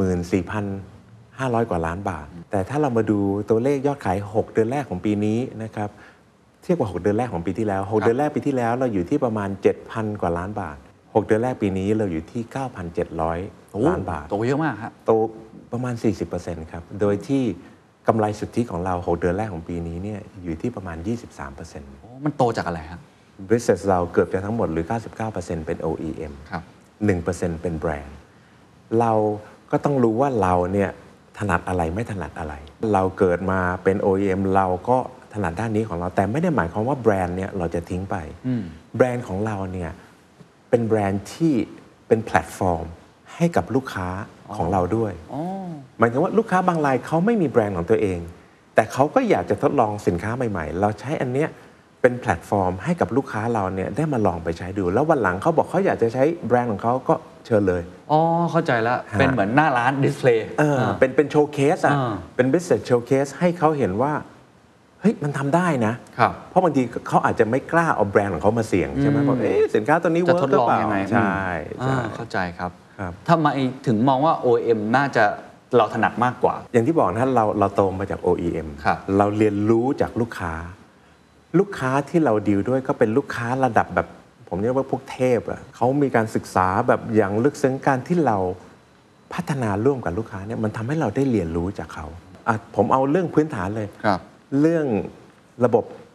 Speaker 1: 14,500 กว่าล้านบาทแต่ถ้าเรามาดูตัวเลขยอดขาย6เดือนแรกของปีนี้นะครับเทียบกับ6เดือนแรกของปีที่แล้ว6เดือนแรกปีที่แล้วเราอยู่ที่ประมาณ 7,000 กว่าล้านบาท6เดือนแรกปีนี้เราอยู่ที่ 9,700 ล้านบาท
Speaker 2: โตเยอะมากครับ
Speaker 1: โตประมาณ 40% ครับโดยที่กำไรสุทธิของเรา6เดือนแรกของปีนี้เนี่ยอยู่ที่ประมาณ 23%
Speaker 2: โอ้มันโตจากอะไรครับ
Speaker 1: Business เราเกือบจะทั้งหมดหรือ 99% เป็น OEM
Speaker 2: ครับ
Speaker 1: 1% เป็นแบรนด์เราก็ต้องรู้ว่าเราเนี่ยถนัดอะไรไม่ถนัดอะไรเราเกิดมาเป็น OEM เราก็ถนัดด้านนี้ของเราแต่ไม่ได้หมายความว่าแบรนด์เนี่ยเราจะทิ้งไปแบรนด์ของเราเนี่ยเป็นแบรนด์ที่เป็นแพลตฟอร์มให้กับลูกค้าของเราด้วยหมายถึงว่าลูกค้าบางรายเขาไม่มีแบรนด์ของตัวเองแต่เขาก็อยากจะทดลองสินค้าใหม่ๆเราใช้อันเนี้ยเป็นแพลตฟอร์มให้กับลูกค้าเราเนี่ยได้มาลองไปใช้ดูแล้ววันหลังเขาบอกเขาอยากจะใช้แบรนด์ของเขาก็เชิญเลย
Speaker 2: เข้าใจแล้วเป็นเหมือนหน้าร้านดิสเพลย์
Speaker 1: เป็นโชว์เคสเป็น business showcase ให้เขาเห็นว่าเฮ้ยมันทำได้นะเพราะบางทีเขาอาจจะไม่กล้าเอาแบรนด์ของเขามาเสี่ยงใช่ไหมบอกสินค้าตัวนี้เวิร์กหรือเปล่าใช่
Speaker 2: เข้าใจครับทำไมถึงมองว่า OEM น่าจะเราถนัดมากกว่า
Speaker 1: อย่างที่บอกนะเราโตมาจาก OEM เราเรียนรู้จากลูกค้าที่เราดีลด้วยก็เป็นลูกค้าระดับแบบผมเรียกว่าพวกเทพเขามีการศึกษาแบบอย่างลึกซึ้งการที่เราพัฒนาร่วมกับลูกค้าเนี่ยมันทำให้เราได้เรียนรู้จากเขาผมเอาเรื่องพื้นฐานเลยเรื่องระบบ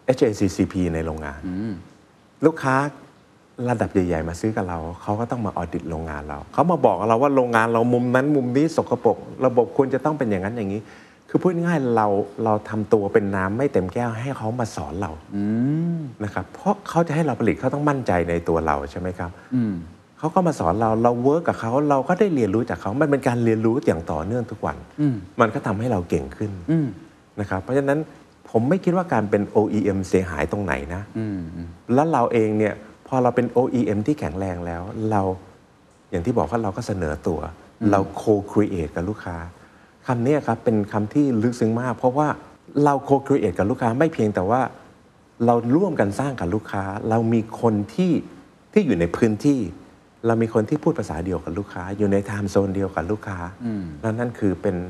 Speaker 1: HACCP ในโรงงานลูกค้าระดับใหญ่ๆมาซื้อกับเราเขาก็ต้องมาออดิตโรงงานเราเขามาบอกเราว่าโรงงานเรามุมนั้นมุมนี้สกปรกระบบควรจะต้องเป็นอย่างนั้นอย่างนี้คือพูดง่ายๆเราทำตัวเป็นน้ำไม่เต็มแก้วให้เขามาสอนเรานะครับเพราะเขาจะให้เราผลิตเขาต้องมั่นใจในตัวเราใช่ไหมครับเขาก็มาสอนเราเวิร์กกับเขาเราก็ได้เรียนรู้จากเขามันเป็นการเรียนรู้อย่างต่อเนื่องทุกวันมันก็ทำให้เราเก่งขึ้นนะครับเพราะฉะนั้นผมไม่คิดว่าการเป็น OEM เสียหายตรงไหนนะแล้วเราเองเนี่ยพอเราเป็น OEM ที่แข็งแรงแล้วเราอย่างที่บอกว่าเราก็เสนอตัวเรา co-create กับลูกค้าคำนี้ครับเป็นคำที่ลึกซึ้งมากเพราะว่าเรา co-create กับลูกค้าไม่เพียงแต่ว่าเราร่วมกันสร้างกับลูกค้าเรามีคนที่อยู่ในพื้นที่เรามีคนที่พูดภาษาเดียวกับลูกค้าอยู่ในไทม์โซนเดียวกับลูกค้านั่นคือเป็น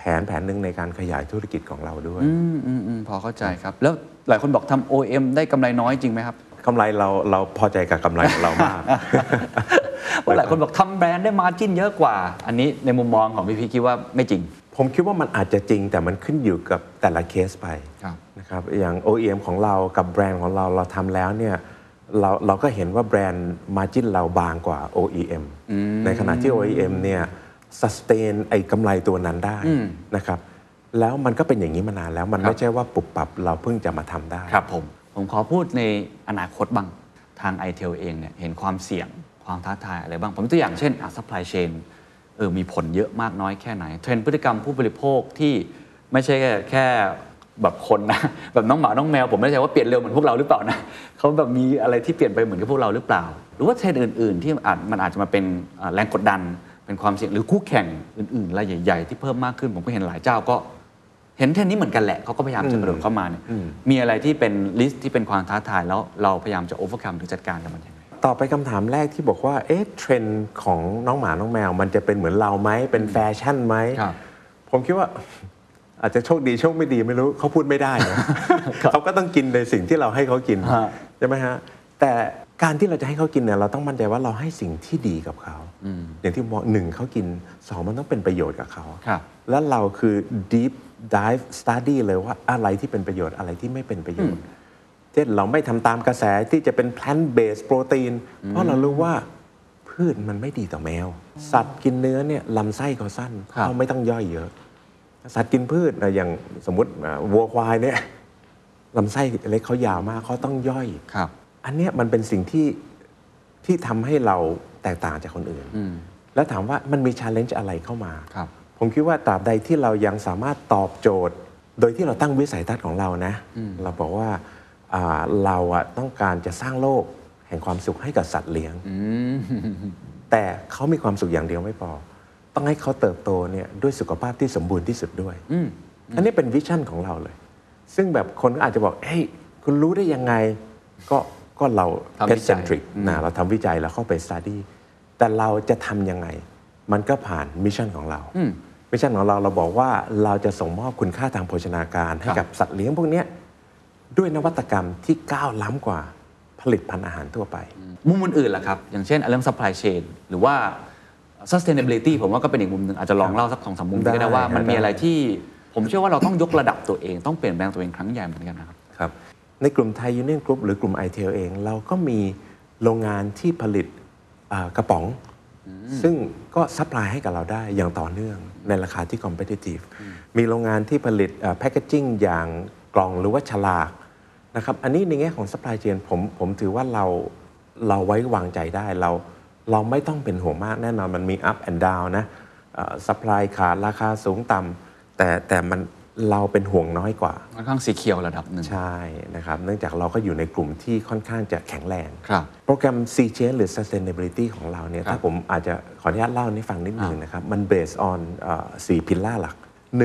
Speaker 1: แผนหนึ่งในการขยายธุรกิจของเราด้วย
Speaker 2: พอเข้าใจครับแล้วหลายคนบอกทำ OEM ได้กำไรน้อยจริงไหมครับ
Speaker 1: กำไรเราพอใจกับกำไรของเรามาก
Speaker 2: ว่าหลายคนบอกทำแบรนด์ได้มาร์จิ้นเยอะกว่าอันนี้ในมุมมองของพี่คิดว่าไม่จริง
Speaker 1: ผมคิดว่ามันอาจจะจริงแต่มันขึ้นอยู่กับแต่ละเคสไปนะครับอย่าง OEM ของเรากับแบรนด์ของเราทำแล้วเนี่ยเราก็เห็นว่าแบรนด์ margin เราบางกว่า OEM ในขณะที่ OEM เนี่ย sustain ไอ้กำไรตัวนั้นได้นะครับแล้วมันก็เป็นอย่างนี้มานานแล้วมันไม่ใช่ว่าปุบปับเราเพิ่งจะมาทำได้
Speaker 2: ครับผมขอพูดในอนาคตบ้างทาง iTel เองเนี่ยเห็นความเสี่ยงความท้าทายอะไรบ้างผมตัวอย่างเช่นsupply chainมีผลเยอะมากน้อยแค่ไหนเทรนด์พฤติกรรมผู้บริโภคที่ไม่ใช่แค่แบบคนนะแบบน้องหมาน้องแมวผมไม่แน่ใจว่าเปลี่ยนเร็วเหมือนพวกเราหรือเปล่านะเขาแบบมีอะไรที่เปลี่ยนไปเหมือนกับพวกเราหรือเปล่าหรือว่าเทรนด์อื่นๆที่มันอาจจะมาเป็นแรงกดดันเป็นความเสี่ยงหรือคู่แข่งอื่นๆรายใหญ่ๆที่เพิ่มมากขึ้นผมก็เห็นหลายเจ้าก็เห็นเทรนด์นี้เหมือนกันแหละเขาก็พยายามจะกระโดดเข้ามาเนี่ยมีอะไรที่เป็นลิสต์ที่เป็นความท้าทายแล้วเราพยายามจะโอเวอร์คัมหรือจัดการกับมันยังไง
Speaker 1: ต่อไปคำถามแรกที่บอกว่าเทรนด์ของน้องหมาน้องแมวมันจะเป็นเหมือนเราไหมเป็นแฟชั่นไหมผมคิดว่าอาจจะโชคดีโชคไม่ดีไม่รู้เขาพูดไม่ได้นะ เขาก็ต้องกินในสิ่งที่เราให้เขากินใช่ไหมฮะแต่การที่เราจะให้เขากินเนี่ยเราต้องมั่นใจว่าเราให้สิ่งที่ดีกับเขาอย่างที่บอก1เขากิน2มันต้องเป็นประโยชน์กับเขาแล้วเราคือ deep dive study เลยว่าอะไรที่เป็นประโยชน์อะไรที่ไม่เป็นประโยชน์เช่นเราไม่ทำตามกระแสที่จะเป็น plant based protein เพราะเรารู้ว่าพืชมันไม่ดีต่อแมวสัตว์กินเนื้อเนี่ยลำไส้เขาสั้นเขาไม่ต้องย่อยเยอะสัตว์กินพืชอย่างสมมติวัวควายเนี่ยลำไส้เล็กเขายาวมากเขาต้องย่อยอันนี้มันเป็นสิ่งที่ทำให้เราแตกต่างจากคนอื่นแล้วถามว่ามันมี challenge อะไรเข้ามาผมคิดว่าตราบใดที่เรายังสามารถตอบโจทย์โดยที่เราตั้งวิสัยทัศน์ของเรานะเราบอกว่าเราต้องการจะสร้างโลกแห่งความสุขให้กับสัตว์เลี้ยงแต่เขามีความสุขอย่างเดียวไม่พอต้องให้เขาเติบโตเนี่ยด้วยสุขภาพที่สมบูรณ์ที่สุดด้วยอันนี้เป็นวิชั่นของเราเลยซึ่งแบบคนก็อาจจะบอกเฮ้ยคุณรู้ได้ยังไงก็เรา pet centric นะเราทำวิจัยแล้วเข้าไป study แต่เราจะทำยังไงมันก็ผ่านมิชชั่นของเรามิชชั่นของเราบอกว่าเราจะส่งมอบคุณค่าทางโภชนาการให้กับสัตว์เลี้ยงพวกนี้ด้วยนวัตกรรมที่ก้าวล้ำกว่าผลิตภัณฑ์อาหารทั่วไป
Speaker 2: มุมอื่นๆล่ะครับอย่างเช่นเรื่อง supply chain หรือว่า sustainability ผมว่าก็เป็นอีกมุมหนึ่งอาจจะลองเล่าสัก 2-3 มุมก็ได้ว่ามันมีอะไรที่ผมเชื่อว่าเราต้องยกระดับตัวเองต้องเปลี่ยนแปลงตัวเองครั้งใหญ่เหมือนกัน
Speaker 1: นะครับในกลุ่มไทยยูเนี่ยนกรุ๊ปหรือกลุ่ม iTel เองเราก็มีโรงงานที่ผลิตกระป๋องซึ่งก็ซัพพลายให้กับเราได้อย่างต่อเนื่องในราคาที่ competitive มีโรงงานที่ผลิตแพคเกจจิ้งอย่างกล่องหรือว่าฉลากนะครับอันนี้ในแง่ของ supply chain ผมถือว่าเราไว้วางใจได้เราไม่ต้องเป็นห่วงมากแน่นอนมันมี up and down นะsupply ขาดราคาสูงต่ำแต่มันเราเป็นห่วงน้อยกว่า
Speaker 2: ค่อนข้างสีเขียวระดับหนึ่ง
Speaker 1: ใช่นะครับเนื่องจากเราก็อยู่ในกลุ่มที่ค่อนข้างจะแข็งแรงโปรแกรม C Chain หรือ Sustainability ของเราเนี่ยถ้าผมอาจจะขออนุญาตเล่าให้ฟังนิดนึงนะครับมัน based on 4 พิลล่าหลัก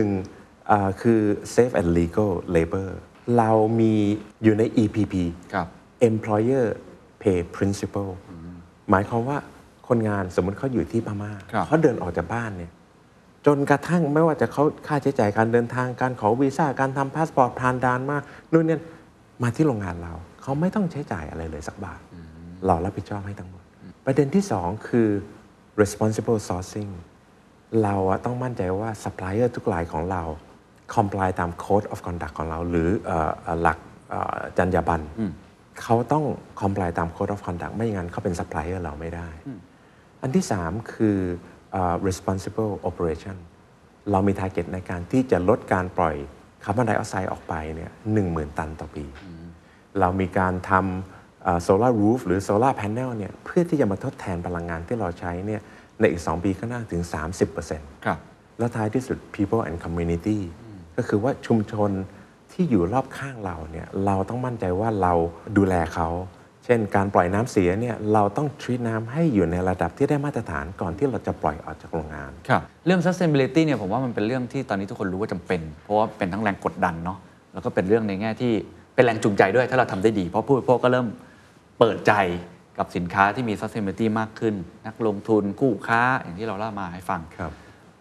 Speaker 1: 1คือ Safe and Legal Labor เรามีอยู่ใน EPP Employer Pay Principle หมายความว่าคนงานสมมติเขาอยู่ที่พม่าเขาเดินออกจากบ้านเนี่ยจนกระทั่งไม่ว่าจะเขาค่าใช้จ่ายการเดินทางการขอวีซ่าการทำพาสปอร์ตผ่านด่านมานู่นนี่มาที่โรงงานเราเขาไม่ต้องใช้จ่ายอะไรเลยสักบาทเรารับผิดชอบให้ทั้งหมดประเด็นที่2คือ responsible sourcing เราต้องมั่นใจว่า supplier ทุกรายของเรา comply ตาม code of conduct ของเราหรือหลักจรรยาบรรณเขาต้อง comply ตาม code of conduct ไม่อย่างนั้นเขาเป็น supplier เราไม่ได้อันที่3คือresponsible operation เรามี target ในการที่จะลดการปล่อยคาร์บอนไดออกไซด์ออกไปเนี่ย 10,000 ตันต่อปีเรามีการทำsolar roof หรือ solar panel เนี่ยเพื่อที่จะมาทดแทนพลังงานที่เราใช้เนี่ยในอีก2ปีข้างหน้าถึง 30% แล้วท้ายที่สุด people and community ก็คือว่าชุมชนที่อยู่รอบข้างเราเนี่ยเราต้องมั่นใจว่าเราดูแลเขาเช่นการปล่อยน้ำเสียเนี่ยเราต้องทรีตน้ำให้อยู่ในระดับที่ได้มาตรฐานก่อนที่เราจะปล่อยออกจากโรงงาน
Speaker 2: เรื่อง sustainability เนี่ยผมว่ามันเป็นเรื่องที่ตอนนี้ทุกคนรู้ว่าจำเป็นเพราะว่าเป็นทั้งแรงกดดันเนาะแล้วก็เป็นเรื่องในแง่ที่เป็นแรงจูงใจด้วยถ้าเราทำได้ดีเพราะผู้บริโภคก็เริ่มเปิดใจกับสินค้าที่มี sustainability มากขึ้นนักลงทุนคู่ค้าอย่างที่เราเล่ามาให้ฟัง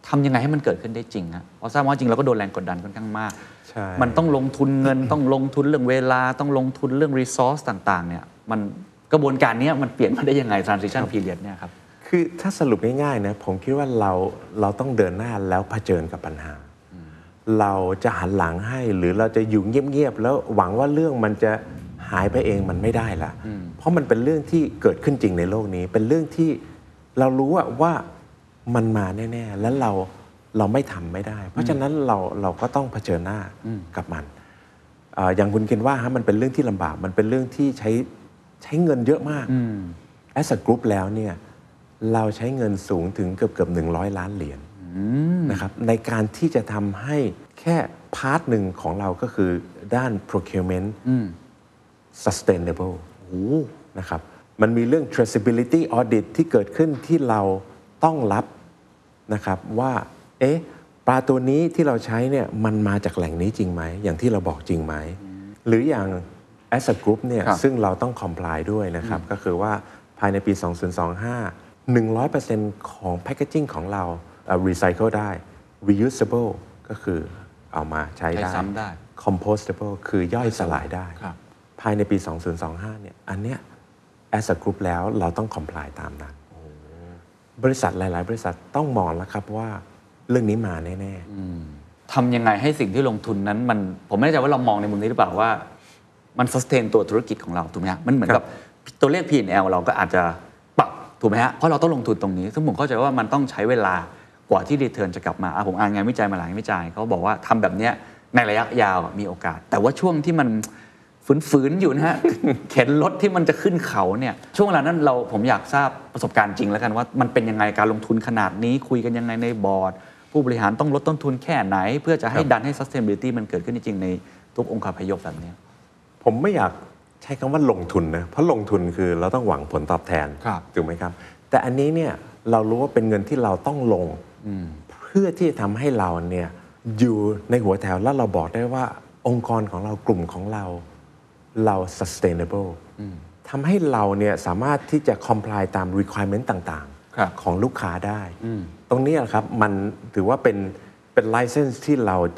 Speaker 2: ทำยังไงให้มันเกิดขึ้นได้จริงฮะเพราะทราบว่าจริงเราก็โดนแรงกดดันค่อนข้างมาก
Speaker 1: ใช่
Speaker 2: มันต้องลงทุนเงิน ต้องลงทุนเรื่องเวลาต้องลงทุนเรื่อง resource ต่างๆเนี่ยมันกระบวนการนี้มันเปลี่ยนมาได้ยังไง transition period เนี่ยครับ
Speaker 1: คือถ้าสรุปง่ายๆนะผมคิดว่าเราต้องเดินหน้าแล้วเผชิญกับปัญหา เราจะหันหลังให้หรือเราจะอยู่เงียบๆแล้วหวังว่าเรื่องมันจะหายไปเองมันไม่ได้ละเพราะมันเป็นเรื่องที่เกิดขึ้นจริงในโลกนี้เป็นเรื่องที่เรารู้ว่ามันมาแน่ๆแล้วเราไม่ทำไม่ได้ เพราะฉะนั้นเราก็ต้องเผชิญหน้ากับมันอย่างคุณคิดว่ามันเป็นเรื่องที่ลำบากมันเป็นเรื่องที่ใช้เงินเยอะมากas a group แล้วเนี่ยเราใช้เงินสูงถึงเกือบ100 ล้านเหรียญนะครับในการที่จะทำให้แค่พาร์ทหนึ่งของเราก็คือด้าน procurement sustainable นะครับมันมีเรื่อง traceability audit ที่เกิดขึ้นที่เราต้องรับนะครับว่าปลาตัวนี้ที่เราใช้เนี่ยมันมาจากแหล่งนี้จริงไหมอย่างที่เราบอกจริงไหมหรืออย่าง as a group เนี่ยซึ่งเราต้อง comply ด้วยนะครับก็คือว่าภายในปี 2025 100% ของ packaging ของเราrecycle ได้ reusable ก็คือเอามาใช้ได้ compostable คือย่อยสลายได้ภายในปี 2025 เนี่ยอันเนี้ย as a group แล้วเราต้อง comply ตามนั้นบริษัทหลายๆบริษัทต้องมองแล้วครับว่าเรื่องนี้มาแน่
Speaker 2: ๆทำยังไงให้สิ่งที่ลงทุนนั้นมันผมไม่แน่ใจว่าเรามองในมุมนี้หรือเปล่าว่ามัน sustain ตัวธุรกิจของเราถูกไหมฮะมันเหมือนกับตัวเลข P&L เราก็อาจจะปรับถูกไหมฮะเพราะเราต้องลงทุนตรงนี้ซึ่งผมเข้าใจว่ามันต้องใช้เวลากว่าที่ return จะกลับมาผมอ่านงานวิจัยมาหลายงานวิจัยเขาบอกว่าทำแบบนี้ในระยะยาวมีโอกาสแต่ว่าช่วงที่มันฝืนๆอยู่นะฮะ เข็นรถที่มันจะขึ้นเขาเนี่ยช่วงเวลานั้นผมอยากทราบประสบการณ์จริงแล้วกันว่ามันเป็นยังไงการลงทุนขนาดนี้คุยกันยังไงในบอร์ดผู้บริหารต้องลดต้นทุนแค่ไหนเพื่อจะให้ดันให้ sustainability มันเกิดขึ้นจริงๆในทุกองค์คาพยพแบบนี้
Speaker 1: ผมไม่อยากใช้คำว่าลงทุนนะเพราะลงทุนคือเราต้องหวังผลตอบแทนถูกไหมครับแต่อันนี้เนี่ยเรารู้ว่าเป็นเงินที่เราต้องลงเพื่อที่จะทำให้เราเนี่ยอยู่ในหัวแถวแล้วเราบอกได้ว่าองค์กรของเรากลุ่มของเรา sustainable ทำให้เราเนี่ยสามารถที่จะ comply ตาม requirement ต่างๆของลูกค้าได้ตรงนี้ครับมันถือว่าเป็น license ที่เราจะ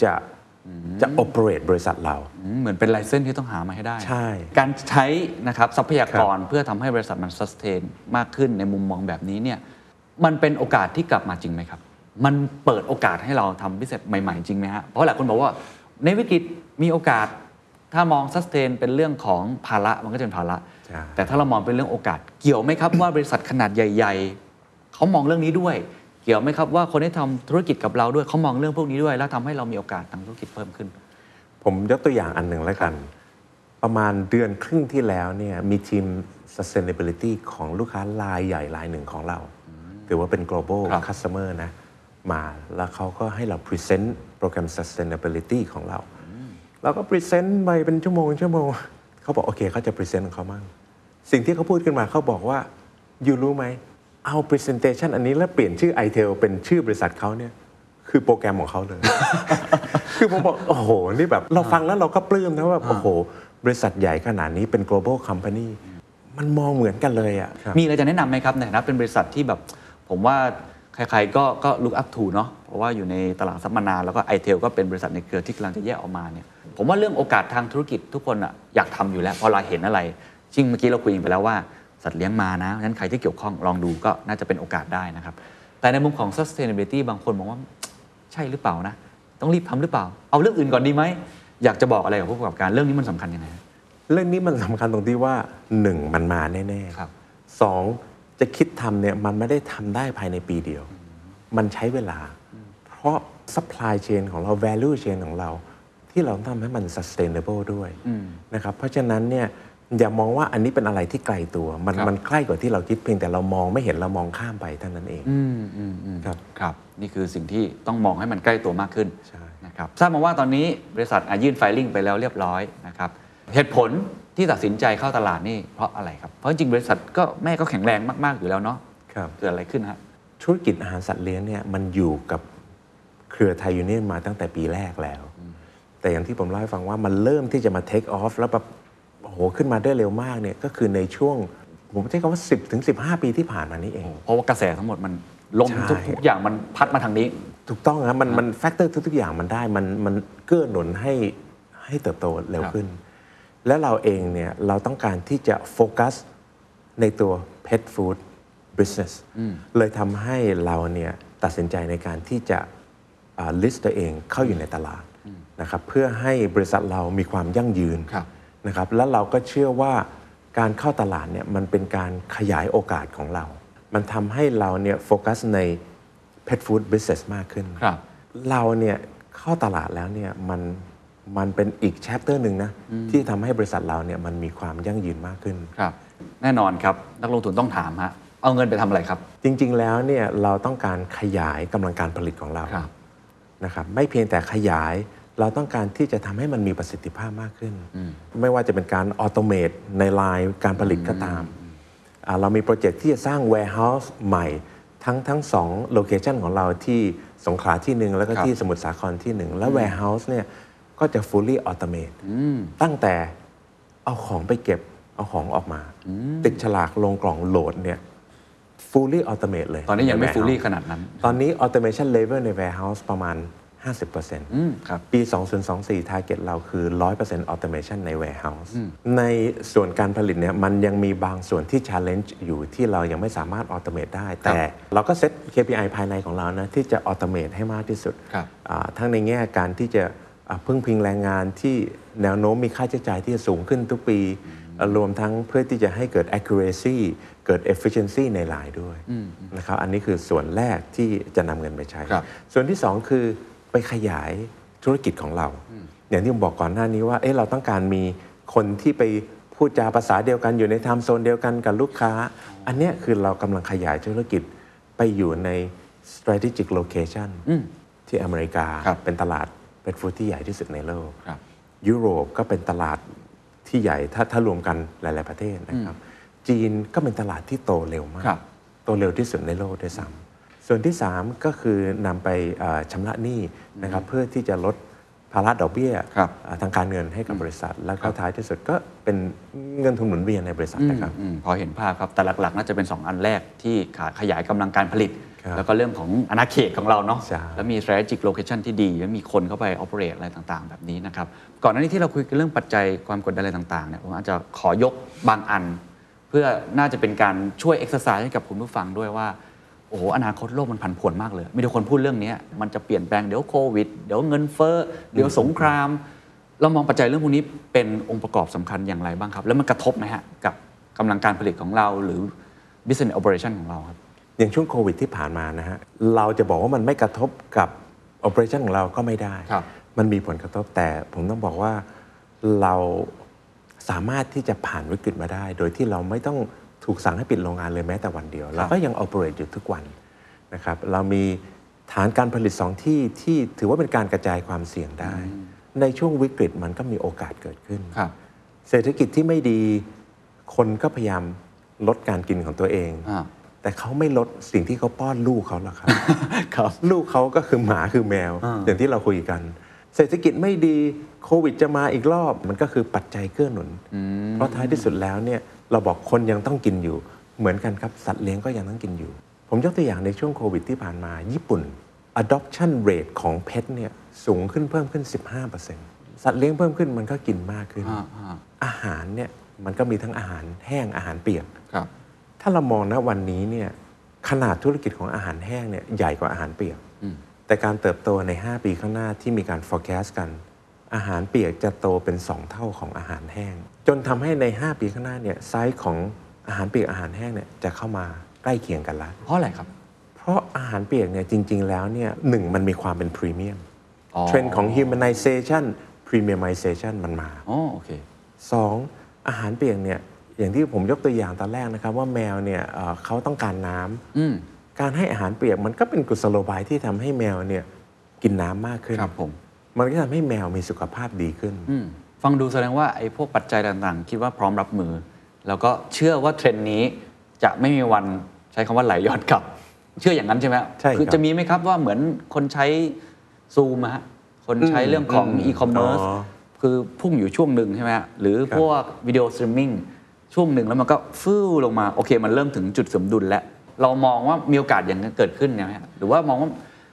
Speaker 1: operate บริษัทเรา
Speaker 2: เหมือนเป็น license ที่ต้องหามาให้ได้
Speaker 1: ใช่
Speaker 2: การใช้นะครับทรัพยากรเพื่อทำให้บริษัทมัน sustain มากขึ้นในมุมมองแบบนี้เนี่ยมันเป็นโอกาสที่กลับมาจริงไหมครับมันเปิดโอกาสให้เราทำ business ใหม่ๆจริงไหมฮะเพราะหลายคนบอกว่าในวิกฤตมีโอกาสถ้ามอง sustain เป็นเรื่องของภาระมันก็จะเป็นภาระแต่ถ้าเรามองเป็นเรื่องโอกาสเกี่ยวไหมครับว่าบริษัทขนาดใหญ่ๆเขามองเรื่องนี้ด้วยเกี่ยวไหมครับว่าคนที่ทำธุรกิจกับเราด้วยเขามองเรื่องพวกนี้ด้วยแล้วทำให้เรามีโอกาสทางธุรกิจเพิ่มขึ้น
Speaker 1: ผมยกตัวอย่างอันหนึ่งแล้วกันประมาณเดือนครึ่งที่แล้วเนี่ยมีทีม sustainability ของลูกค้ารายใหญ่รายหนึ่งของเราถือว่าเป็น global customer นะมาแล้วเขาก็ให้เรา present โปรแกรม sustainability ของเราเราก็ present ไปเป็นชั่วโมงเขาบอกโอเคเขาจะ present ของเขามั่งสิ่งที่เขาพูดขึ้นมาเขาบอกว่ายูรู้ไหมเอา presentation อันนี้แล้วเปลี่ยนชื่อ iTel เป็นชื่อบริษัทเขาเนี่ยคือโปรแกรมของเขาเลย คือผมบอกโอ้โหนี่แบบเราฟังแล้วเราก็ปลื้มนะว่าโอ้โหบริษัทใหญ่ขนาดนี้เป็น global company มันมองเหมือนกันเลยอ่ะ
Speaker 2: มีอะไรจะแนะนำไหมครับในฐานะเป็นบริษัทที่แบบผมว่าใครๆก็ look up to เนาะเพราะว่าอยู่ในตลาดซับมานานแล้วก็ iTel ก็เป็นบริษัทในเครือที่กำลังจะแยกออกมาเนี่ยผมว่าเรื่องโอกาสทางธุรกิจทุกคนอ่ะอยากทำอยู่แล้วพอเราเห็นอะไรจริงเมื่อกี้เราคุยไปแล้วว่าสัตว์เลี้ยงมานะงั้นใครที่เกี่ยวข้องลองดูก็น่าจะเป็นโอกาสได้นะครับแต่ในมุมของ sustainability บางคนมองว่าใช่หรือเปล่านะต้องรีบทำหรือเปล่าเอาเรื่องอื่นก่อนดีไหมอยากจะบอกอะไรกับผู้ประกอบการเรื่องนี้มันสำคัญยังไง
Speaker 1: เรื่องนี้มันสำคัญตรงที่ว่า1มันมาแน่ๆ2จะคิดทำเนี่ยมันไม่ได้ทำได้ภายในปีเดียวมันใช้เวลาเพราะ supply chain ของเรา value chain ของเราที่เราทำให้มัน sustainable ด้วยนะครับเพราะฉะนั้นเนี่ยอย่ามองว่าอันนี้เป็นอะไรที่ไกลตัวมันใกล้กว่าที่เราคิดเพียงแต่เรามองไม่เห็นเรามองข้ามไปเท่านั้นเอง
Speaker 2: ครับนี่คือสิ่งที่ต้องมองให้มันใกล้ตัวมากขึ้นนะครับทราบมาว่าตอนนี้บริษัทยื่นไฟลิ่งไปแล้วเรียบร้อยนะครับเหตุผลที่ตัดสินใจเข้าตลาดนี่เพราะอะไรครับเพราะจริงบริษัทก็แม่ก็แข็งแรงมากๆอยู่แล้วเนาะเกิดอะไรขึ้นฮะ
Speaker 1: ธุรกิจอาหารสัตว์เลี้ยงเนี่ยมันอยู่กับเครือไทยยูเนี่ยนมาตั้งแต่ปีแรกแล้วแต่อย่างที่ผมเล่าให้ฟังว่ามันเริ่มที่จะมา take off แล้วแบบโอ้โหขึ้นมาได้เร็วมากเนี่ยก็คือในช่วงผมใช้คำว่า 10 ถึง 15 ปีที่ผ่านมานี้เอง
Speaker 2: เพราะว่ากระแสทั้งหมดมันลมทุกอย่างมันพัดมาทางนี้
Speaker 1: ถูกต้องครับมันแฟกเตอร์ทุกๆอย่างมันได้มันเกื้อหนุนให้เติบโตเร็วขึ้น และเราเองเนี่ยเราต้องการที่จะโฟกัสในตัว pet food business เลยทำให้เราเนี่ยตัดสินใจในการที่จะlist ตัวเองเข้าอยู่ในตลาดนะครับเพื่อให้บริษัทเรามีความยั่งยืนนะครับแล้วเราก็เชื่อว่าการเข้าตลาดเนี่ยมันเป็นการขยายโอกาสของเรามันทำให้เราเนี่ยโฟกัสใน pet food business มากขึ้นเราเนี่ยเข้าตลาดแล้วเนี่ยมันเป็นอีก chapter หนึ่งนะที่ทำให้บริษัทเราเนี่ยมันมีความยั่งยืนมากขึ้น
Speaker 2: ครับแน่นอนครับนักลงทุนต้องถามฮะเอาเงินไปทำอะไรครับ
Speaker 1: จริงๆแล้วเนี่ยเราต้องการขยายกำลังการผลิตของเรานะครับไม่เพียงแต่ขยายเราต้องการที่จะทำให้มันมีประสิทธิภาพมากขึ้นไม่ว่าจะเป็นการออโตเมตในไลน์การผลิตก็ตามเรามีโปรเจกต์ที่จะสร้าง warehouse ใหม่ทั้ง2โลเคชันของเราที่สงขลาที่หนึ่งแล้วก็ที่สมุทรสาครที่หนึ่งแล้ว warehouse เนี่ยก็จะ fully automate ตั้งแต่เอาของไปเก็บเอาของออกมาติดฉลากลงกล่องโหลดเนี่ย fully automate เลย
Speaker 2: ตอนนี้ยังไม่ fully ขนาดนั้น
Speaker 1: ตอนนี้ automation level ใน warehouse ประมาณ 50%
Speaker 2: ครับ
Speaker 1: ปี 2024 target เราคือ 100% automation ใน warehouse ในส่วนการผลิตเนี่ยมันยังมีบางส่วนที่ challenge อยู่ที่เรายังไม่สามารถ automate ได้แต่เราก็เซต KPI ภายในของเรานะที่จะ automate ให้มากที่สุดทั้งในแง่การที่จะพึ่งพิงแรงงานที่แนวโน้มมีค่าใช้จ่ายที่จะสูงขึ้นทุกปีรวมทั้งเพื่อที่จะให้เกิด accuracy เกิด efficiency ในไลน์ด้วยนะครับอันนี้คือส่วนแรกที่จะนำเงินไปใช้ส่วนที่2คือไปขยายธุรกิจของเราอย่างที่ผมบอกก่อนหน้านี้ว่าเราต้องการมีคนที่ไปพูดจาภาษาเดียวกันอยู่ในไทม์โซนเดียวกันกับลูกค้าอันนี้คือเรากำลังขยายธุรกิจไปอยู่ใน strategic location ที่อเมริกาเป็นตลาดเป็นฟู้ดที่ใหญ่ที่สุดในโลกยุโรปก็เป็นตลาดที่ใหญ่ถ้ารวมกันหลายๆประเทศนะครับจีนก็เป็นตลาดที่โตเร็วมากโตเร็วที่สุดในโลกด้วยซ้ำส่วนที่3ก็คือนำไปชำระหนี้นะครับเพื่อที่จะลดภาระดอกเบี้ยทางการเงินให้กับบริษัทแล้วก็ท้ายที่สุดก็เป็นเงินทุนหมุนเวียนในบริษัทนะครับ
Speaker 2: พอเห็นภาพครับแต่หลักๆน่าจะเป็น2อันแรกที่ขยายกำลังการผลิตแล้วก็เรื่องของอาณาเขตของเราเนาะแล้วมี strategic location ที่ดีแล้วมีคนเข้าไป operate อะไรต่างๆแบบนี้นะครับก่อนหน้านี้ที่เราคุยกันเรื่องปัจจัยความกดดันอะไรต่างๆเนี่ยผมอาจจะขอยกบางอันเพื่อน่าจะเป็นการช่วย exercise ให้กับคุณผู้ฟังด้วยว่าโอ้โหอนาคตโลกมันผันผวนมากเลยมีแต่คนพูดเรื่องนี้มันจะเปลี่ยนแปลงเดี๋ยวโควิดเดี๋ยวเงินเฟ้อเดี๋ยวสงครามเรามองปัจจัยเรื่องพวกนี้เป็นองค์ประกอบสำคัญอย่างไรบ้างครับแล้วมันกระทบไหมฮะกับกำลังการผลิตของเราหรือ business operation ของเราครับ
Speaker 1: อย่างช่วงโควิดที่ผ่านมานะฮะเราจะบอกว่ามันไม่กระทบกับ operation ของเราก็ไม่ได้มันมีผลกระทบแต่ผมต้องบอกว่าเราสามารถที่จะผ่านวิกฤตมาได้โดยที่เราไม่ต้องถูกสั่งให้ปิดโรงงานเลยแม้แต่วันเดียวเราก็ยัง operate อยู่ทุกวันนะครับเรามีฐานการผลิต2ที่ถือว่าเป็นการกระจายความเสี่ยงได้ในช่วงวิกฤตมันก็มีโอกาสเกิดขึ้นเศรษฐกิจที่ไม่ดีคนก็พยายามลดการกินของตัวเองแต่เขาไม่ลดสิ่งที่เขาป้อนลูกเขาหรอกครับ ลูกเขาก็คือหมาคือแมวอย่างที่เราคุยกันเศรษฐกิจไม่ดีโควิดจะมาอีกรอบมันก็คือปัจจัยเกื้อหนุนเพราะท้ายที่สุดแล้วเนี่ยเราบอกคนยังต้องกินอยู่เหมือนกันครับสัตว์เลี้ยงก็ยังต้องกินอยู่ผมยกตัวอย่างในช่วงโควิดที่ผ่านมาญี่ปุ่น adoption rate ของ pet เนี่ยสูงขึ้นเพิ่มขึ้น 15% สัตว์เลี้ยงเพิ่มขึ้นมันก็กินมากขึ้นอาหารเนี่ยมันก็มีทั้งอาหารแห้งอาหารเปียกถ้าเรามองนะวันนี้เนี่ยขนาดธุรกิจของอาหารแห้งเนี่ยใหญ่กว่าอาหารเปียกแต่การเติบโตใน5ปีข้างหน้าที่มีการ forecast กันอาหารเปียกจะโตเป็น2เท่าของอาหารแห้งจนทำให้ใน5ปีข้างหน้าเนี่ยไซส์ของอาหารเปียกอาหารแห้งเนี่ยจะเข้ามาใกล้เคียงกันแล้ว
Speaker 2: เพราะอะไรครับ
Speaker 1: เพราะอาหารเปียกเนี่ยจริงๆแล้วเนี่ย1มันมีความเป็นพรีเมียมเทรนด์ของ humanization premiumization มันมา
Speaker 2: โอเค
Speaker 1: 2อาหารเปียกเนี่ยอย่างที่ผมยกตัวอย่างตอนแรกนะครับว่าแมวเนี่ยเขาต้องการน้ำการให้อาหารเปียกมันก็เป็นกุศโลบายที่ทำให้แมวเนี่ยกินน้ำมากขึ้นมันก็ทำให้แมวมีสุขภาพดีขึ้น
Speaker 2: ฟังดูแสดงว่าไอ้พวกปัจจัยต่างๆคิดว่าพร้อมรับมือแล้วก็เชื่อว่าเทรนด์นี้จะไม่มีวันใช้คำว่าไหลย้อนกลับเชื่ออย่างนั้นใช่ไหม
Speaker 1: ใช่
Speaker 2: คือจะมีไหมครับว่าเหมือนคนใช้ซูมฮะคนใช้เรื่องของอีคอมเมิร์ซคือพุ่งอยู่ช่วงหนึ่งใช่ไหมหรือพวกวิดีโอสตรีมมิ่งช่วงหนึ่งแล้วมันก็ฟื้นลงมาโอเคมันเริ่มถึงจุดสมดุลแล้วเรามองว่ามีโอกาสอย่างนั้นเกิดขึ้นไหมหรือว่ามองว่า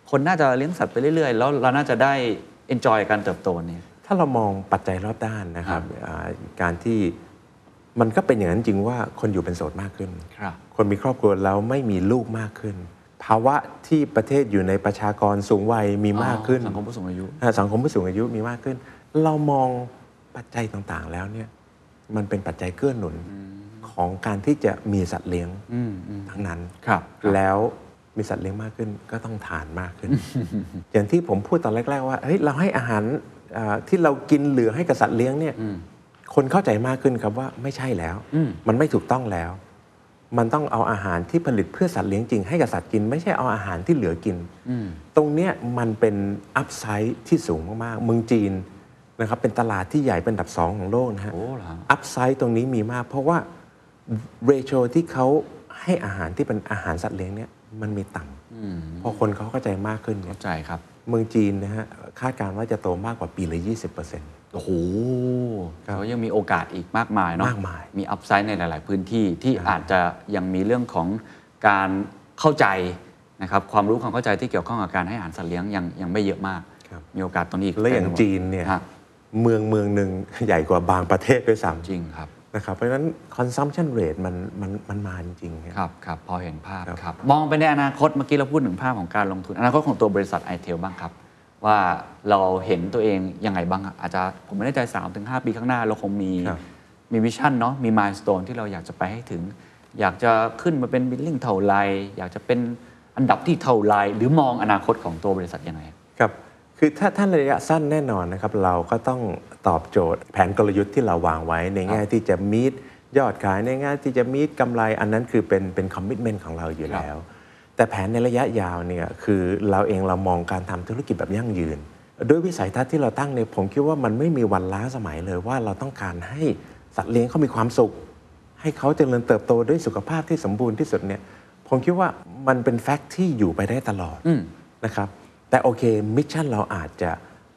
Speaker 2: คนน่าจะเลี้ยงสัตว์ไปเรื่อยๆแล้วเราน่าจะได้ enjoy การเติบโตเนี่ย
Speaker 1: ถ้าเรามองปัจจัยรอบด้านนะครับการที่มันก็เป็นอย่างนั้นจริงว่าคนอยู่เป็นโสดมากขึ้น
Speaker 2: ครับ
Speaker 1: คนมีครอบครัวแล้วไม่มีลูกมากขึ้น ภาวะที่ประเทศอยู่ในประชากรสูงวัยมีมากขึ้น
Speaker 2: สังคมผู้สูงอายุ
Speaker 1: สังคมผู้สูงอายุมีมากขึ้น เรามองปัจจัยต่างๆแล้วเนี่ยมันเป็นปัจจัยเกื้อหนุนของการที่จะมีสัตว์เลี้ยงทั้งนั้น
Speaker 2: ครับ
Speaker 1: แล้วมีสัตว์เลี้ยงมากขึ้นก็ต้องทานมากขึ้น อย่างที่ผมพูดตอนแรกๆว่าเฮ้ยเราให้อาหารที่เรากินเหลือให้กับสัตว์เลี้ยงเนี่ยคนเข้าใจมากขึ้นครับว่าไม่ใช่แล้วมันไม่ถูกต้องแล้ว มันต้องเอาอาหารที่ผลิตเพื่อสัตว์เลี้ยงจริงให้กับสัตว์กินไม่ใช่เอาอาหารที่เหลือกินตรงเนี้ยมันเป็นอัพไซด์ที่สูงมากๆเมืองจีนนะครับเป็นตลาดที่ใหญ่เป็นอันดับ2ของโลกนะฮะ
Speaker 2: โอ้เหรอ
Speaker 1: อัพไซด์ตรงนี้มีมากเพราะว่าเรโชที่เขาให้อาหารที่เป็นอาหารสัตว์เลี้ยงเนี่ยมันมีต่ำพอคนเขาเข้าใจมากขึ้นเนี่ย
Speaker 2: เข้าใจครับ
Speaker 1: เมืองจีนนะฮะคาดการณ์ว่าจะโตมากกว่าปีละ 20%
Speaker 2: โอ้โห
Speaker 1: ครับ
Speaker 2: เขายังมีโอกาสอีกมากมายเนาะ
Speaker 1: มากมาย
Speaker 2: มีอัพไซด์ในหลาย ๆ พื้นที่ที่อาจจะยังมีเรื่องของการเข้าใจนะครับความรู้ความเข้าใจที่เกี่ยวข้องกับการให้อาหารสัตว์เลี้ยงยังไม่เยอะมาก
Speaker 1: ครับ
Speaker 2: มีโอกาสตรงนี้อีก
Speaker 1: และอย่างจีนเนี่ย
Speaker 2: ฮะ
Speaker 1: เมืองหนึ่งใหญ่กว่าบางประเทศด้วยซ้ำ
Speaker 2: จริงครับ
Speaker 1: นะครับเพราะฉะนั้น consumption rate มันมาจริงๆ
Speaker 2: ครับครับพอเห็นภาพ
Speaker 1: ครับ
Speaker 2: ครับมองไปในอนาคตเมื่อกี้เราพูดถึงภาพของการลงทุนอนาคตของตัวบริษัท iTail บ้างครับว่าเราเห็นตัวเองยังไงบ้างอะอาจจะผมไม่แน่ใจ 3-5 ปีข้างหน้าเราคงมีวิชั่นเนาะมี milestone ที่เราอยากจะไปให้ถึง อยากจะขึ้นมาเป็น billing เท่าไรอยากจะเป็นอันดับที่เท่าไรหรือมองอนาคตของตัวบริษัทยังไง
Speaker 1: ครับคือถ้าระยะสั้นแน่นอนนะครับเราก็ต้องตอบโจทย์แผนกลยุทธ์ที่เราวางไว้ในแง่ที่จะมียอดขายในแง่ที่จะมีกำไรอันนั้นคือเป็นคอมมิตเมนต์ของเราอยู่แล้ว แต่แผนในระยะยาวเนี่ยคือเราเองเรามองการทำธุรกิจแบบยั่งยืนด้วยวิสัยทัศน์ที่เราตั้งเนี่ยผมคิดว่ามันไม่มีวันล้าสมัยเลยว่าเราต้องการให้สัตว์เลี้ยงเขามีความสุขให้เขาเจริญเติบโตด้วยสุขภาพที่สมบูรณ์ที่สุดเนี่ยผมคิดว่ามันเป็นแฟกต์ที่อยู่ไปได้ตลอดนะครับแต่โอเคมิชชั่นเราอาจจะ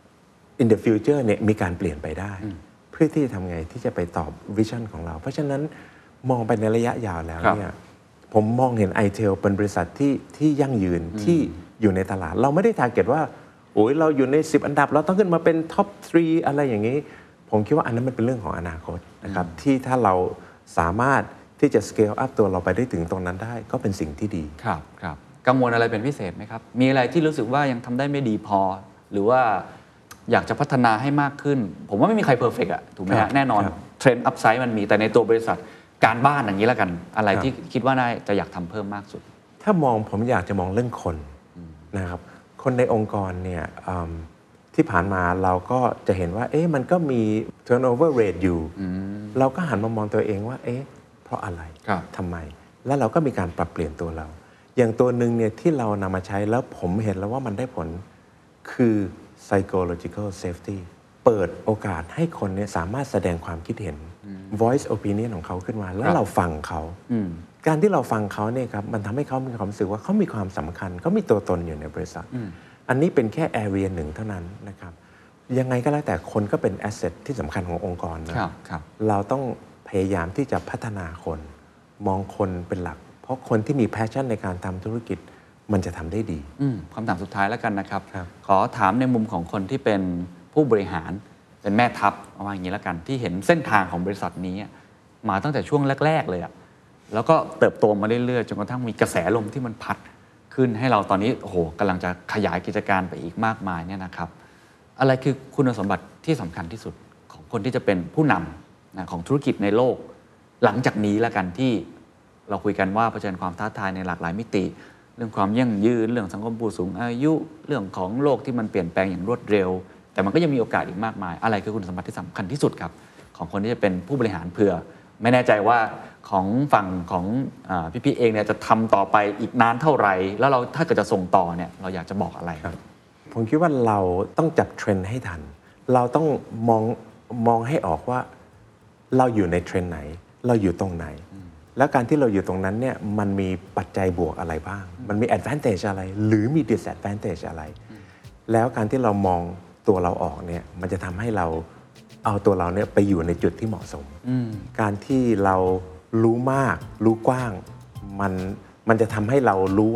Speaker 1: in the future เนี่ยมีการเปลี่ยนไปได้เพื่อที่จะทำไงที่จะไปตอบวิชั่นของเราเพราะฉะนั้นมองไปในระยะยาวแล้วเนี่ยผมมองเห็น iTail เป็นบริษัทที่ยั่งยืนที่อยู่ในตลาดเราไม่ได้ทาร์เก็ตว่าโอ้ยเราอยู่ใน10อันดับเราต้องขึ้นมาเป็นท็อป3อะไรอย่างนี้ผมคิดว่าอันนั้นมันเป็นเรื่องของอนาคตนะครับที่ถ้าเราสามารถที่จะ scale up ตัวเราไปได้ถึงตรงนั้นได้ก็เป็นสิ่งที่ดี
Speaker 2: ครับครับกังวลอะไรเป็นพิเศษไหมครับมีอะไรที่รู้สึกว่ายังทำได้ไม่ดีพอ หรือว่าอยากจะพัฒนาให้มากขึ้นผมว่าไม่มีใครเพอร์เฟกต์อะถูกไหม
Speaker 1: ครั
Speaker 2: ฮะ
Speaker 1: บ
Speaker 2: แน่นอน
Speaker 1: ครับ
Speaker 2: เทรนด์อัพไซด์มันมีแต่ในตัวบริษัทการบ้านอย่างนี้แล้วกันอะไรที่คิดว่าน่าจะอยากทำเพิ่มมากสุด
Speaker 1: ถ้ามองผมอยากจะมองเรื่องคนนะครับคนในองค์กรเนี่ยที่ผ่านมาเราก็จะเห็นว่ามันก็มี turnover rate อยู่เราก็หันมามองตัวเองว่าเพราะอะไร
Speaker 2: ครับ
Speaker 1: ทำไมแล้วเราก็มีการปรับเปลี่ยนตัวเรา อย่างตัวหนึ่งเนี่ยที่เรานำมาใช้แล้วผมเห็นแล้วว่ามันได้ผลคือ psychological safety เปิดโอกาสให้คนเนี่ยสามารถแสดงความคิดเห็น voice opinion ของเขาขึ้นมาแล้วเราฟังเขาการที่เราฟังเขาเนี่ยครับมันทำให้เขามีความรู้สึกว่าเขามีความสำคัญเขามีตัวตนอยู่ในบริษัทอันนี้เป็นแค่ area หนึ่งเท่านั้นนะครับยังไงก็แล้วแต่คนก็เป็น asset ที่สำคัญขององค์กรนะครับเราต้องพยายามที่จะพัฒนาคนมองคนเป็นหลักเพราะคนที่มี passion ในการทำธุรกิจมันจะทำได้ดี
Speaker 2: คำถามสุดท้ายแล้วกันนะครับ
Speaker 1: ครับ
Speaker 2: ขอถามในมุมของคนที่เป็นผู้บริหารเป็นแม่ทัพเอาว่าอย่างนี้แล้วกันที่เห็นเส้นทางของบริษัทนี้มาตั้งแต่ช่วงแรกๆเลยอะแล้วก็เติบโตมาเรื่อยๆจนกระทั่งมีกระแสลมที่มันพัดขึ้นให้เราตอนนี้โอ้โหกำลังจะขยายกิจการไปอีกมากมายเนี่ยนะครับอะไรคือคุณสมบัติที่สำคัญที่สุดของคนที่จะเป็นผู้นำนะของธุรกิจในโลกหลังจากนี้แล้วกันที่เราคุยกันว่าเผชิญความท้าทายในหลากหลายมิติเรื่องความยั่งยืนเรื่องสังคมผู้สูงอายุเรื่องของโลกที่มันเปลี่ยนแปลงอย่างรวดเร็วแต่มันก็ยังมีโอกาสอีกมากมายอะไรคือคุณสมบัติที่สำคัญที่สุดครับของคนที่จะเป็นผู้บริหารเผื่อไม่แน่ใจว่าของฝั่งของพี่ๆเองเนี่ยจะทำต่อไปอีกนานเท่าไหร่แล้วเราถ้าเกิดจะส่งต่อเนี่ยเราอยากจะบอกอะไรครับ
Speaker 1: ผมคิดว่าเราต้องจับเทรนด์ให้ทันเราต้องมองให้ออกว่าเราอยู่ในเทรนด์ไหนเราอยู่ตรงไหนแล้วการที่เราอยู่ตรงนั้นเนี่ยมันมีปัจจัยบวกอะไรบ้างมันมี advantage อะไรหรือมี disadvantage อะไรแล้วการที่เรามองตัวเราออกเนี่ยมันจะทำให้เราเอาตัวเราเนี่ยไปอยู่ในจุดที่เหมาะสมการที่เรารู้มากรู้กว้างมันจะทำให้เรารู้ว่า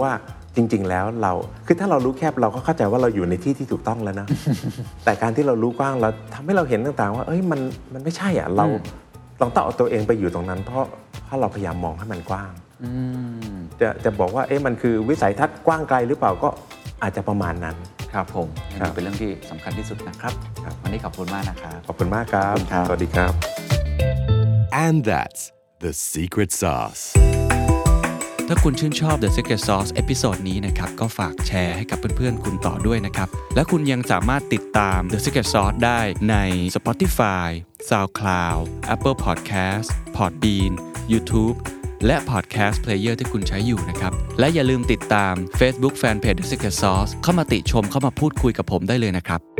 Speaker 1: จริงๆแล้วเราคือถ้าเรารู้แคบเราก็เข้าใจว่าเราอยู่ในที่ที่ถูกต้องแล้วนะ แต่การที่เรารู้กว้างเราทำให้เราเห็นต่างๆว่ามันไม่ใช่อ่ะเราต้องเอาตัวเองไปอยู่ตรงนั้นเพราะเราพยายามมองให้มันกว้างจะบอกว่ามันคือวิสัยทัศน์กว้างไกลหรือเปล่าก็อาจจะประมาณนั้น
Speaker 2: ครับผม
Speaker 1: ครับ
Speaker 2: เป็นเรื่องที่สำคัญที่สุดนะครับวันนี้ขอบคุณมากนะครับ
Speaker 1: ขอบคุณมากครับ
Speaker 2: ขอบคุณครับ
Speaker 1: สวัสดีครับ
Speaker 3: And that's the secret sauce.
Speaker 5: ถ้าคุณชื่นชอบ The Secret Sauce เอพิโซดนี้นะครับก็ฝากแชร์ให้กับเพื่อนๆคุณต่อด้วยนะครับและคุณยังสามารถติดตาม The Secret Sauce ได้ใน Spotify, SoundCloud, Apple Podcast, Podbean, YouTube และ Podcast Player ที่คุณใช้อยู่นะครับและอย่าลืมติดตาม Facebook Fanpage The Secret Sauce เข้ามาติชมเข้ามาพูดคุยกับผมได้เลยนะครับ